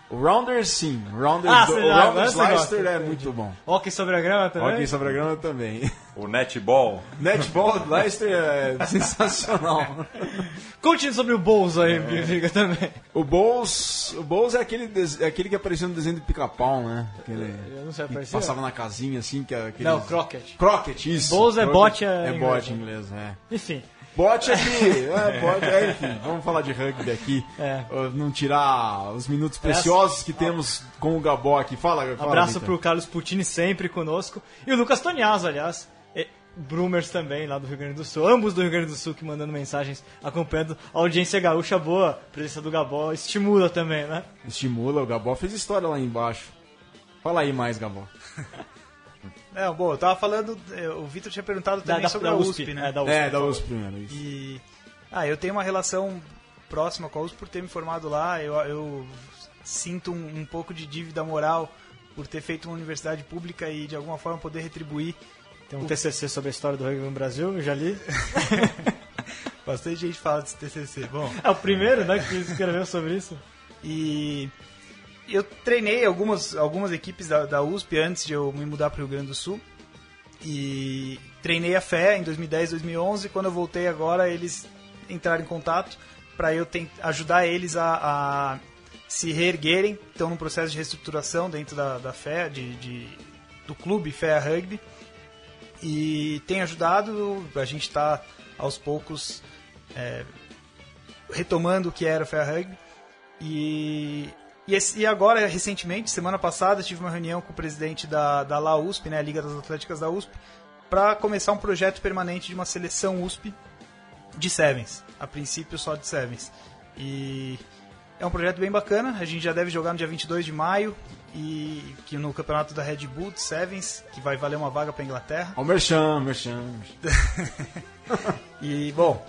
O Rounders, sim. O Rounders, Ah, o você- Rounders agora você Leicester gosta. é muito bom. Hockey sobre a grama também? Hockey sobre a grama também. O netball. Netball do Leicester é sensacional. Conte sobre o Bulls aí, Liga também. O Bulls é aquele que aparecia no desenho do Pica-Pau, né? Aquele Eu não sei, que aparecia? passava na casinha, assim, que é aquele... Não, Crockett. Crockett, isso. Bulls é Crockett bote é em bote inglês. em inglês, é. Enfim. Bote aqui, enfim, vamos falar de rugby aqui. É. Não tirar os minutos preciosos que temos com o Gabó aqui. Fala, Abraço Victor. pro Carlos Putini, sempre conosco. E o Lucas Toniaso, aliás. Brumers também, lá do Rio Grande do Sul. Ambos do Rio Grande do Sul que mandando mensagens, acompanhando a audiência gaúcha boa. A presença do Gabó estimula também, né? Estimula, o Gabó fez história lá embaixo. Fala aí mais, Gabó. Não, bom, eu tava falando, o Vitor tinha perguntado também sobre a USP, né? Da USP. Da USP primeiro, isso. E eu tenho uma relação próxima com a USP por ter me formado lá. Eu sinto um pouco de dívida moral por ter feito uma universidade pública e de alguma forma poder retribuir. Tem um TCC sobre a história do rugby no Brasil, eu já li. Bastante gente fala desse TCC. Bom, É o primeiro, né, que escreveu sobre isso. e eu treinei algumas equipes da USP antes de eu me mudar para o Rio Grande do Sul. E treinei a FE em 2010, 2011. Quando eu voltei agora, eles entraram em contato para eu ajudar eles a se reerguerem. Estão num processo de reestruturação dentro da FE, do clube FEA Rugby. E tem ajudado, a gente está aos poucos retomando o que era o FEA Rugby. E agora, recentemente, semana passada, tive uma reunião com o presidente da LAUSP, né, a Liga das Atléticas da USP, para começar um projeto permanente de uma seleção USP de Sevens, a princípio só de Sevens. E é um projeto bem bacana, a gente já deve jogar no dia 22 de maio, que no campeonato da Red Bull de Sevens, que vai valer uma vaga para a Inglaterra. Ó, merchan. E, bom,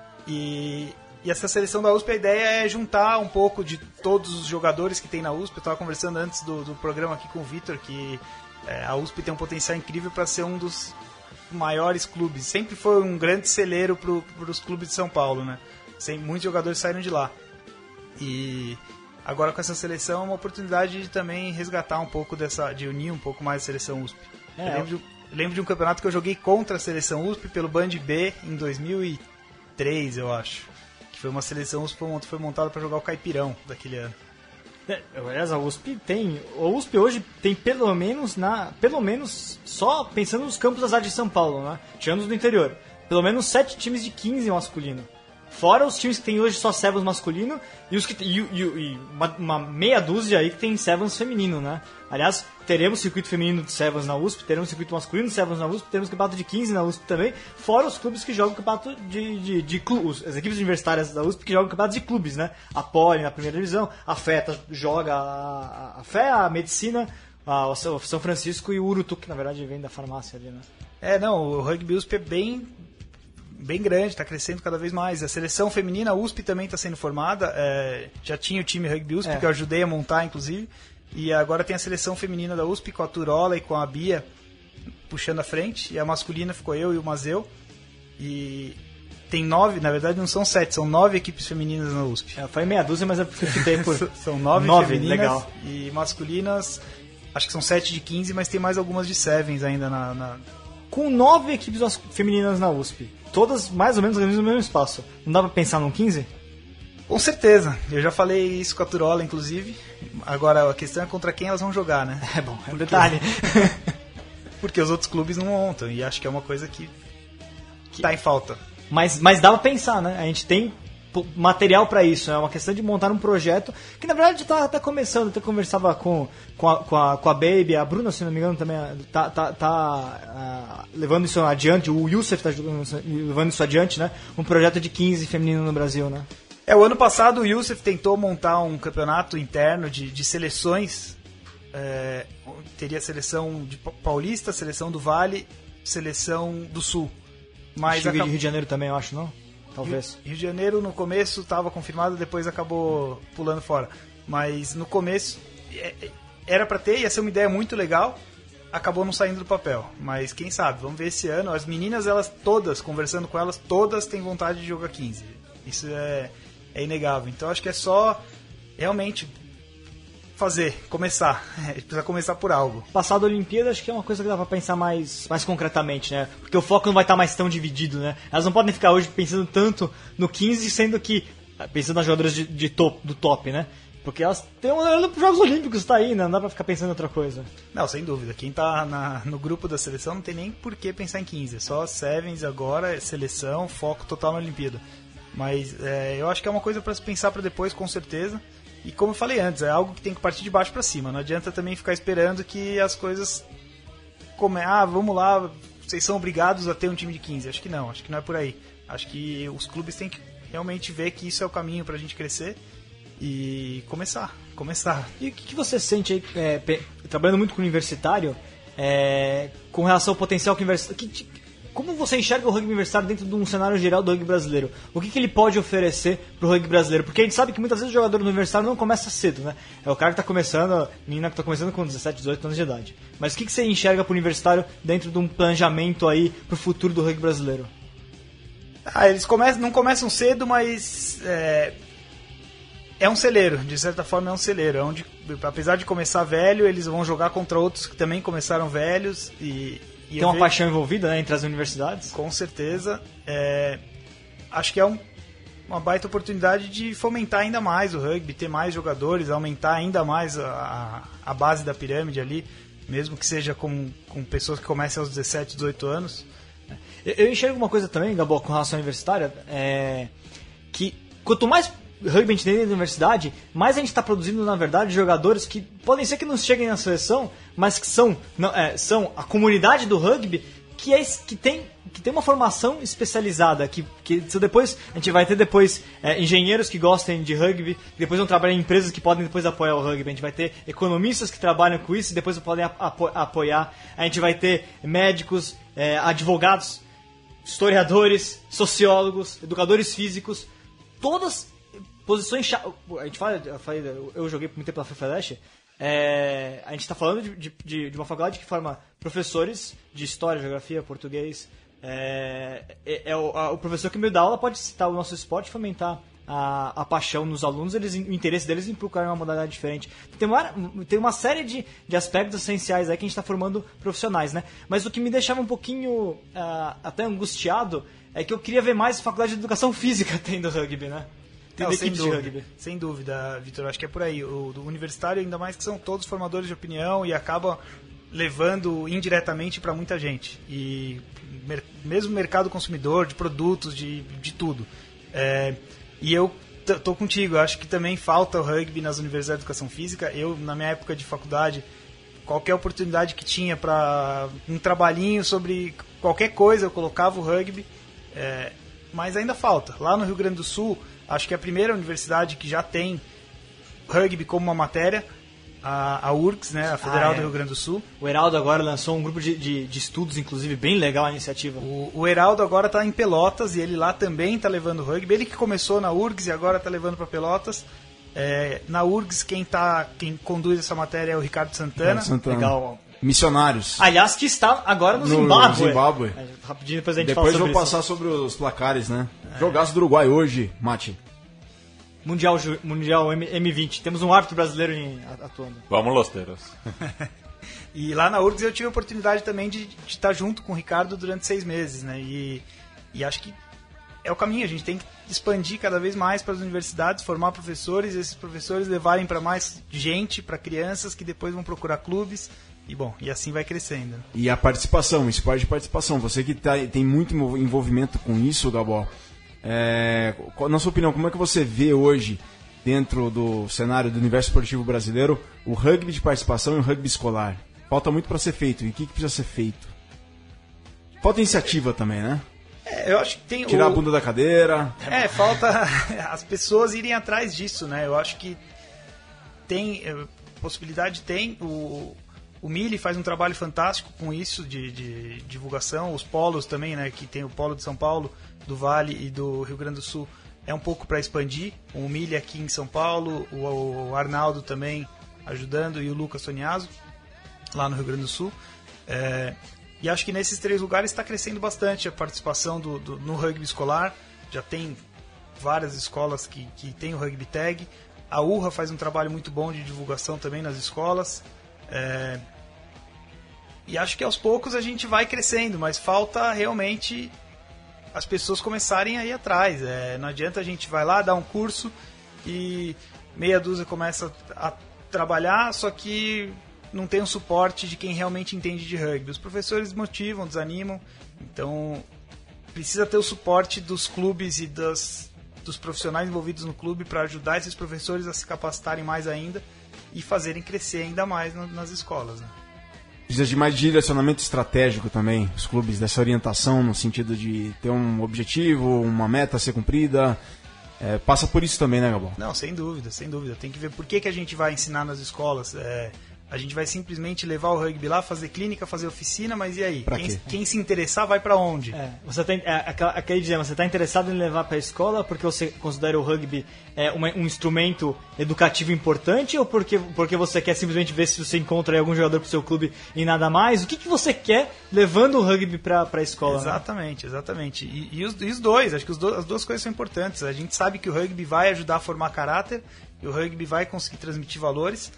e essa seleção da USP, a ideia é juntar um pouco de todos os jogadores que tem na USP. Eu estava conversando antes do programa aqui com o Vitor, que a USP tem um potencial incrível para ser um dos maiores clubes. Sempre foi um grande celeiro para os clubes de São Paulo, né? Muitos jogadores saíram de lá. E agora com essa seleção é uma oportunidade de também resgatar um pouco de unir um pouco mais a seleção USP. Eu lembro de um campeonato que eu joguei contra a seleção USP pelo Band B em 2003, eu acho. Que foi uma seleção USP que foi montada para jogar o Caipirão daquele ano. Aliás, a USP hoje tem pelo menos só pensando nos campos das artes de São Paulo, né? Tirando os do interior, pelo menos 7 times de 15 masculino. Fora os times que tem hoje só Sevens masculino e uma meia dúzia aí que tem Sevens feminino, né? Aliás, teremos circuito feminino de Sevens na USP, teremos circuito masculino de Sevens na USP, teremos campeonato de 15 na USP também, fora os clubes que jogam campeonato de clubes, as equipes universitárias da USP que jogam campeonato de clubes, né? A Poli na primeira divisão, a FETA joga a FE, a Medicina, o São Francisco e o Urutu, que na verdade vem da farmácia ali, né? O rugby USP é bem grande, está crescendo cada vez mais. A seleção feminina, a USP também está sendo formada. Já tinha o time Rugby USP, que eu ajudei a montar, inclusive. E agora tem a seleção feminina da USP, com a Turola e com a Bia puxando a frente. E a masculina ficou eu e o Mazeu. E tem 9, na verdade não são 7, são 9 equipes femininas na USP. Foi meia dúzia, mas eu fiquei por... São 9 femininas, legal. E masculinas, acho que são 7 de 15, mas tem mais algumas de Sevens ainda Com 9 equipes femininas na USP, todas mais ou menos no mesmo espaço. Não dá pra pensar num 15? Com certeza. Eu já falei isso com a Turola, inclusive. Agora, a questão é contra quem elas vão jogar, né? É bom, é um detalhe. Porque os outros clubes não montam. E acho que é uma coisa que tá em falta. Mas dá pra pensar, né? A gente tem material pra isso. É uma questão de montar um projeto que, na verdade, tá começando. Eu até conversava com a Baby, a Bruna, se não me engano, também tá levando isso adiante. O Youssef tá levando isso adiante, né? Um projeto de 15 feminino no Brasil, né? O ano passado o Youssef tentou montar um campeonato interno de seleções. Teria seleção de Paulista, seleção do Vale, seleção do Sul. Mas Rio de Janeiro também, eu acho, não? Talvez. Rio de Janeiro no começo estava confirmado, depois acabou pulando fora. Mas no começo era para ter, ia ser uma ideia muito legal, acabou não saindo do papel. Mas quem sabe, vamos ver esse ano. As meninas, elas todas, conversando com elas, todas têm vontade de jogar 15. Isso é inegável. Então acho que é só realmente começar. A gente precisa começar por algo. Passado a Olimpíada, acho que é uma coisa que dá pra pensar mais concretamente, né? Porque o foco não vai estar mais tão dividido, né? Elas não podem ficar hoje pensando tanto no 15, sendo que... Pensando nas jogadoras do top, né? Porque elas estão olhando pros Jogos Olímpicos, tá aí, né? Não dá pra ficar pensando em outra coisa. Não, sem dúvida. Quem tá no grupo da seleção não tem nem por que pensar em 15. É só Sevens agora, seleção, foco total na Olimpíada. Mas eu acho que é uma coisa pra se pensar pra depois, com certeza. E como eu falei antes, é algo que tem que partir de baixo pra cima. Não adianta também ficar esperando que as coisas... vamos lá, vocês são obrigados a ter um time de 15. Acho que não é por aí. Acho que os clubes têm que realmente ver que isso é o caminho pra gente crescer e começar. E o que você sente aí, trabalhando muito com o universitário, com relação ao potencial que o universitário... Como você enxerga o rugby universitário dentro de um cenário geral do rugby brasileiro? O que ele pode oferecer pro rugby brasileiro? Porque a gente sabe que muitas vezes o jogador universitário não começa cedo, né? É o cara que tá começando, a menina que tá começando com 17, 18 anos de idade. Mas o que você enxerga pro universitário dentro de um planejamento aí pro futuro do rugby brasileiro? Eles não começam cedo, mas é um celeiro, de certa forma é um celeiro, onde, apesar de começar velho, eles vão jogar contra outros que também começaram velhos e tem uma paixão envolvida, né, entre as universidades? Com certeza. Acho que é uma baita oportunidade de fomentar ainda mais o rugby, ter mais jogadores, aumentar ainda mais a base da pirâmide ali, mesmo que seja com pessoas que comecem aos 17, 18 anos. Eu enxergo uma coisa também, Gabo, com relação à universitária, que quanto mais rugby a gente tem dentro da universidade, mais a gente está produzindo, na verdade, jogadores que podem ser que não cheguem na seleção, mas que são a comunidade do rugby que tem uma formação especializada, que depois a gente vai ter engenheiros que gostem de rugby, que depois vão trabalhar em empresas que podem depois apoiar o rugby, a gente vai ter economistas que trabalham com isso e depois podem apoiar, a gente vai ter médicos, advogados, historiadores, sociólogos, educadores físicos, todas posições... A gente eu joguei muito tempo pela FEFEDESH, a gente está falando de uma faculdade que forma professores de história, geografia, português. O professor que me dá aula pode citar o nosso esporte e fomentar a paixão nos alunos, o interesse deles em procurar uma modalidade diferente. Tem uma série de aspectos essenciais aí que a gente está formando profissionais, né? Mas o que me deixava um pouquinho até angustiado é que eu queria ver mais faculdade de educação física tendo rugby, né? Não, sem dúvida, Vitor, acho que é por aí. O do universitário, ainda mais que são todos formadores de opinião e acaba levando indiretamente para muita gente. E mesmo mercado consumidor, de produtos, de tudo. E eu tô contigo, acho que também falta o rugby nas universidades de educação física. Eu, na minha época de faculdade, qualquer oportunidade que tinha para um trabalhinho sobre qualquer coisa, eu colocava o rugby. Mas ainda falta. Lá no Rio Grande do Sul, acho que é a primeira universidade que já tem rugby como uma matéria, a URGS, né, a Federal do Rio Grande do Sul. O Heraldo agora lançou um grupo de estudos, inclusive, bem legal a iniciativa. O Heraldo agora está em Pelotas e ele lá também está levando rugby. Ele que começou na URGS e agora está levando para Pelotas. Na URGS, quem conduz essa matéria é o Ricardo Santana. Legal. Missionários. Aliás, que está agora no Zimbábue. Rapidinho, depois a gente fala sobre isso. Depois vou passar sobre os placares, né? Jogaço do Uruguai hoje, Mati. Mundial M20. Temos um árbitro brasileiro atuando. Vamos, Losteiros. E lá na URGS eu tive a oportunidade também de estar junto com o Ricardo durante 6 meses, né? E acho que é o caminho. A gente tem que expandir cada vez mais para as universidades, formar professores, e esses professores levarem para mais gente, para crianças que depois vão procurar clubes. E assim vai crescendo. E a participação, esporte de participação. Você que tem muito envolvimento com isso, Gabó. Na sua opinião, como é que você vê hoje, dentro do cenário do universo esportivo brasileiro, o rugby de participação e o rugby escolar? Falta muito para ser feito. E o que precisa ser feito? Falta iniciativa também, né? Eu acho que tem tirar a bunda da cadeira. Falta as pessoas irem atrás disso, né? Eu acho que tem possibilidade, o Mili faz um trabalho fantástico com isso de divulgação. Os polos também, né? Que tem o polo de São Paulo, do Vale e do Rio Grande do Sul. É um pouco para expandir. O Mili aqui em São Paulo, o Arnaldo também ajudando e o Lucas Soniaso lá no Rio Grande do Sul. E acho que nesses 3 lugares está crescendo bastante a participação no rugby escolar. Já tem várias escolas que tem o rugby tag. A URRA faz um trabalho muito bom de divulgação também nas escolas. E acho que aos poucos a gente vai crescendo, mas falta realmente as pessoas começarem a ir atrás. Não adianta a gente vai lá, dar um curso e meia dúzia começa a trabalhar, só que não tem um suporte de quem realmente entende de rugby. Os professores motivam, desanimam, então precisa ter o suporte dos clubes e dos profissionais envolvidos no clube para ajudar esses professores a se capacitarem mais ainda e fazerem crescer ainda mais nas escolas, né? Precisa de mais direcionamento estratégico também, os clubes, dessa orientação no sentido de ter um objetivo, uma meta a ser cumprida. Passa por isso também, né, Gabão? Não, sem dúvida, sem dúvida. Tem que ver por que a gente vai ensinar nas escolas. A gente vai simplesmente levar o rugby lá, fazer clínica, fazer oficina, mas e aí? Quem se interessar vai para onde? Você aquele dilema, você está interessado em levar para a escola porque você considera o rugby um instrumento educativo importante ou porque você quer simplesmente ver se você encontra aí algum jogador para o seu clube e nada mais? O que você quer levando o rugby para a escola? Exatamente, né? Exatamente. E os dois, acho que as duas coisas são importantes. A gente sabe que o rugby vai ajudar a formar caráter e o rugby vai conseguir transmitir valores.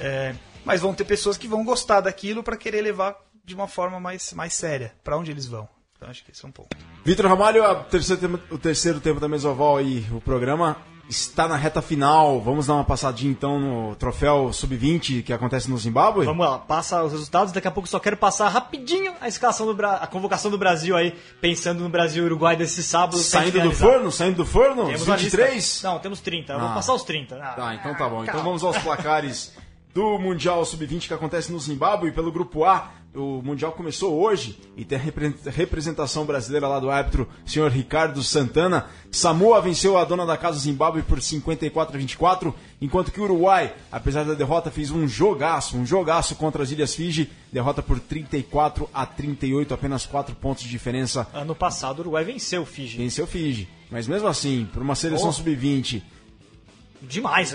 Mas vão ter pessoas que vão gostar daquilo para querer levar de uma forma mais séria para onde eles vão. Então acho que esse é um ponto. Vitor Ramalho, o terceiro tempo da Mesoval e o programa está na reta final. Vamos dar uma passadinha então no troféu Sub-20 que acontece no Zimbábue? Vamos lá, passa os resultados. Daqui a pouco só quero passar rapidinho a convocação do Brasil aí, pensando no Brasil e Uruguai desse sábado. Saindo do forno? Temos 23? Não, temos 30. Eu vou passar os 30. Então tá bom. Então vamos aos placares do Mundial Sub-20 que acontece no Zimbábue. Pelo Grupo A, o Mundial começou hoje e tem a representação brasileira lá do árbitro, senhor Ricardo Santana. Samoa venceu a dona da casa Zimbábue por 54-24, enquanto que o Uruguai, apesar da derrota, fez um jogaço contra as Ilhas Fiji, derrota por 34-38, apenas 4 pontos de diferença. Ano passado o Uruguai venceu o Fiji. Venceu o Fiji, mas mesmo assim, por uma seleção Sub-20... Demais.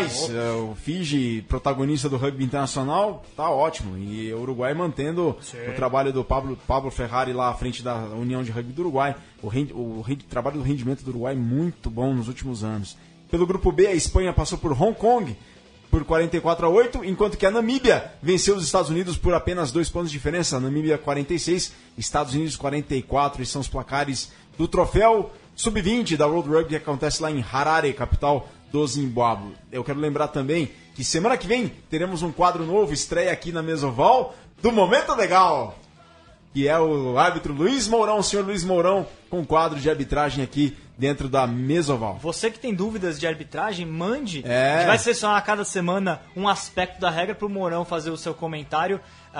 O Fiji, protagonista do rugby internacional, tá ótimo. E o Uruguai mantendo o trabalho do Pablo Ferrari lá à frente da União de Rugby do Uruguai. O trabalho do rendimento do Uruguai muito bom nos últimos anos. Pelo Grupo B, a Espanha passou por Hong Kong por 44-8, enquanto que a Namíbia venceu os Estados Unidos por apenas 2 pontos de diferença. A Namíbia 46, Estados Unidos 44, e são os placares do troféu Sub-20 da World Rugby que acontece lá em Harare, capital do Zimbábue. Eu quero lembrar também que semana que vem teremos um quadro novo, estreia aqui na Mesoval, do Momento Legal, que é o árbitro Luiz Mourão, o senhor Luiz Mourão, com um quadro de arbitragem aqui dentro da Mesoval. Você que tem dúvidas de arbitragem, mande. A gente vai selecionar a cada semana um aspecto da regra para o Mourão fazer o seu comentário,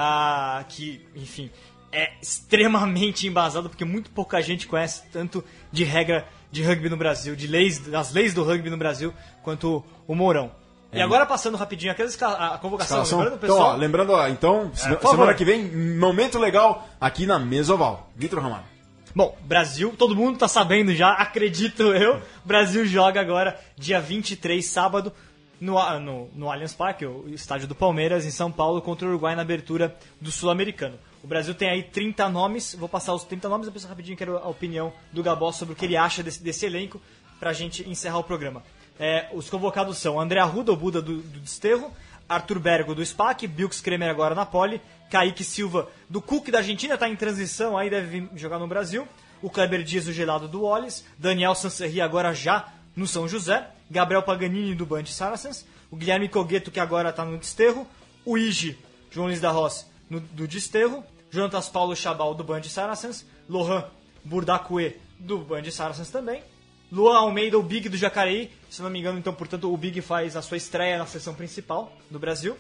que, enfim, é extremamente embasado, porque muito pouca gente conhece tanto de regra de rugby no Brasil, das leis do rugby no Brasil, quanto o Mourão. E agora, passando rapidinho a convocação, lembrando, pessoal... Então, semana que vem, Momento Legal aqui na Mesoval. Vitor Ramalho. Bom, Brasil, todo mundo tá sabendo já, acredito eu. Brasil joga agora, dia 23, sábado, no Allianz Parque, o estádio do Palmeiras, em São Paulo, contra o Uruguai na abertura do Sul-Americano. O Brasil tem aí 30 nomes, vou passar os 30 nomes, depois rapidinho quero a opinião do Gabó sobre o que ele acha desse elenco, pra gente encerrar o programa. Os convocados são André Arruda, o Buda do Desterro, Arthur Bergo do SPAC, Bilks Kremer agora na Poli, Kaique Silva do Cook da Argentina, está em transição, aí deve vir jogar no Brasil, o Kleber Dias do Gelado do Wallis, Daniel Sanserri agora já no São José, Gabriel Paganini do Band Saracens, o Guilherme Cogueto que agora está no Desterro, o Ige, João Luiz da Roça do Desterro, Jonatas Paulo Chabal do Band Saracens, Lohan Burdacue do Band Saracens também, Luan Almeida, o Big do Jacareí, se não me engano, então, portanto, o Big faz a sua estreia na seleção principal do Brasil.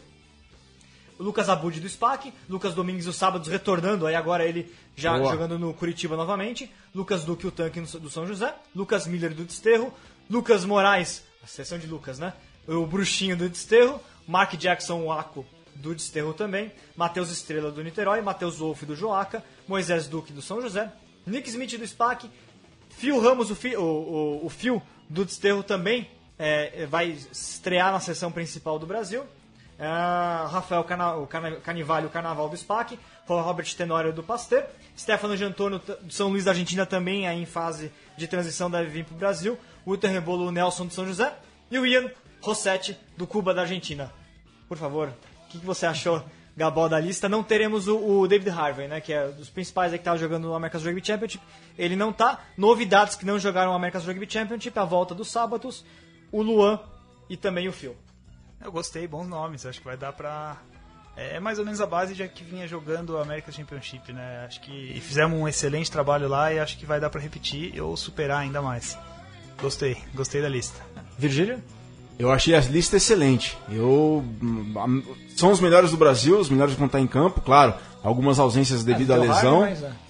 O Lucas Abud do SPAC, Lucas Domingues, os sábados, retornando, aí agora ele já jogando no Curitiba novamente, Lucas Duque, o tanque do São José, Lucas Miller do Desterro, Lucas Moraes, a seleção de Lucas, né? O Bruxinho do Desterro, Mark Jackson, o Aco do Desterro também, Matheus Estrela do Niterói, Matheus Wolff do Joaca, Moisés Duque do São José, Nick Smith do SPAC, Phil Ramos, o Phil do Desterro também vai estrear na seleção principal do Brasil. Rafael Canivalho, o Carnaval do SPAC, Robert Tenório do Pasteur, Stefano Giantorno do São Luís da Argentina também aí em fase de transição deve vir para o Brasil, o Wilton Rebolo, o Nelson do São José e o Ian Rossetti, do Cuba da Argentina. Por favor, o que você achou, Gabó, da lista? Não teremos o David Harvey, né, que é dos principais aí que estava jogando no America's Rugby Championship. Ele não tá. Novidades que não jogaram o America's Rugby Championship, a volta dos sábados, o Luan e também o Phil. Eu gostei, bons nomes, acho que vai dar pra... É mais ou menos a base de que vinha jogando o America's Championship, né? Acho que fizemos um excelente trabalho lá e acho que vai dar pra repetir ou superar ainda mais. Gostei da lista. Virgílio? Eu achei a lista excelente. São os melhores do Brasil, os melhores que vão estar em campo, claro. Algumas ausências devido à lesão.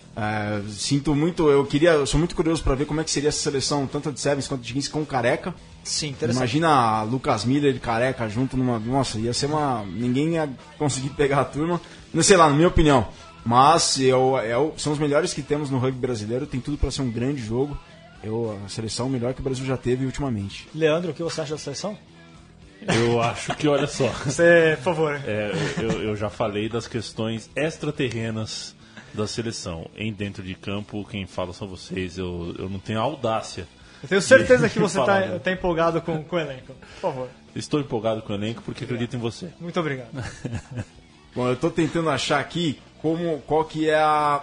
Sinto muito, eu sou muito curioso para ver como é que seria essa seleção, tanto de Sevens quanto de 15 com Careca. Sim, interessante. Imagina Lucas Miller e Careca junto numa... Nossa, ia ser ninguém ia conseguir pegar a turma. Não sei lá, na minha opinião. Mas são os melhores que temos no rugby brasileiro, tem tudo para ser um grande jogo. A seleção melhor que o Brasil já teve ultimamente. Leandro, o que você acha da seleção? Eu acho que, olha só... Você, por favor. Eu já falei das questões extraterrenas da seleção. Dentro de campo, quem fala são vocês. Eu não tenho a audácia. Eu tenho certeza que você está empolgado com o elenco. Por favor. Estou empolgado com o elenco porque acredito em você. Muito obrigado. Bom, eu estou tentando achar aqui qual que é a...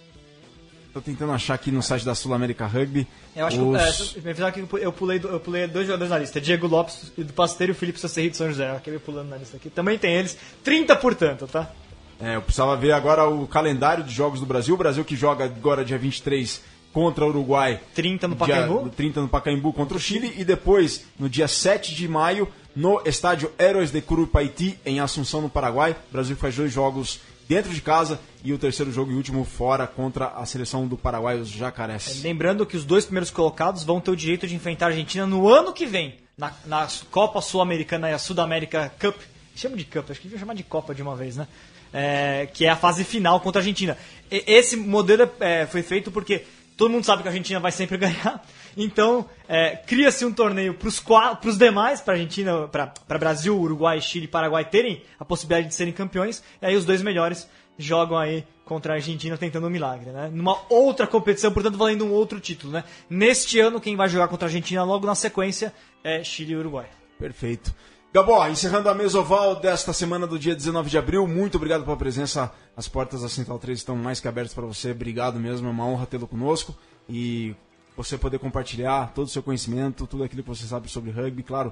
Estou tentando achar aqui no site da Sul América Rugby. Eu acho que eu pulei 2 jogadores na lista. Diego Lopes e do Pasteiro e o Felipe Sacerri de São José. Eu acabei pulando na lista aqui. Também tem eles. 30, portanto, tá? Eu precisava ver agora o calendário de jogos do Brasil. O Brasil que joga agora dia 23 contra o Uruguai. 30 no Pacaembu. 30 no Pacaembu contra o Chile. E depois, no dia 7 de maio, no estádio Heróis de Curupaiti, em Assunção, no Paraguai. O Brasil faz 2 jogos dentro de casa e o terceiro jogo e último fora contra a seleção do Paraguai, os Jacarés. Lembrando que os 2 primeiros colocados vão ter o direito de enfrentar a Argentina no ano que vem, na Copa Sul-Americana e a Sudamérica Cup. Chama de Cup, acho que devia chamar de Copa de uma vez, né? Que é a fase final contra a Argentina. Esse modelo foi feito porque todo mundo sabe que a Argentina vai sempre ganhar. Então, cria-se um torneio para os demais, para Argentina, para Brasil, Uruguai, Chile e Paraguai terem a possibilidade de serem campeões. E aí os 2 melhores jogam aí contra a Argentina tentando um milagre, né? Numa outra competição, portanto, valendo um outro título, né? Neste ano, quem vai jogar contra a Argentina logo na sequência é Chile e Uruguai. Perfeito. Gabó, encerrando a Mesoval desta semana do dia 19 de abril, muito obrigado pela presença. As portas da Central 3 estão mais que abertas para você. Obrigado mesmo, é uma honra tê-lo conosco. E você poder compartilhar todo o seu conhecimento, tudo aquilo que você sabe sobre rugby. Claro,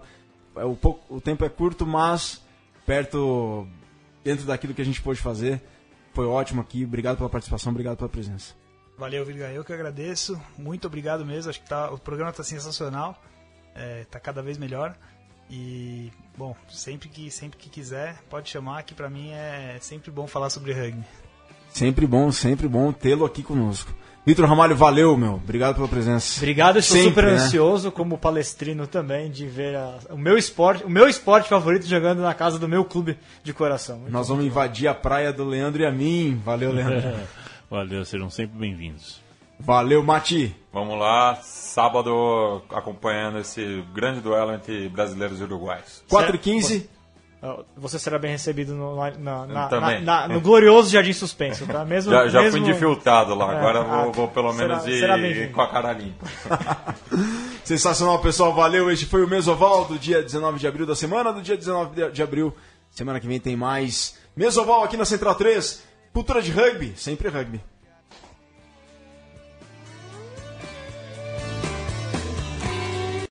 o tempo é curto, mas dentro daquilo que a gente pôde fazer, foi ótimo aqui. Obrigado pela participação, obrigado pela presença. Valeu, Virga, eu que agradeço. Muito obrigado mesmo, acho que o programa está sensacional, está cada vez melhor. E, bom, sempre que quiser, pode chamar, que pra mim é sempre bom falar sobre rugby. Sempre bom tê-lo aqui conosco. Vitor Ramalho, valeu, meu. Obrigado pela presença. Obrigado, estou super ansioso, como palestrino também, de ver o meu esporte favorito jogando na casa do meu clube de coração. Nós vamos invadir a praia do Leandro e a mim. Valeu, Leandro. Valeu, sejam sempre bem-vindos. Valeu, Mati. Vamos lá, sábado acompanhando esse grande duelo entre brasileiros e uruguaios. 4h15. Você será bem recebido no glorioso Jardim Suspenso, tá? Já fui infiltrado lá, agora vou pelo menos ir com a cara limpa. Sensacional, pessoal, valeu. Este foi o Mesoval do dia 19 de abril da semana, do dia 19 de abril. Semana que vem tem mais Mesoval aqui na Central 3. Cultura de rugby, sempre rugby.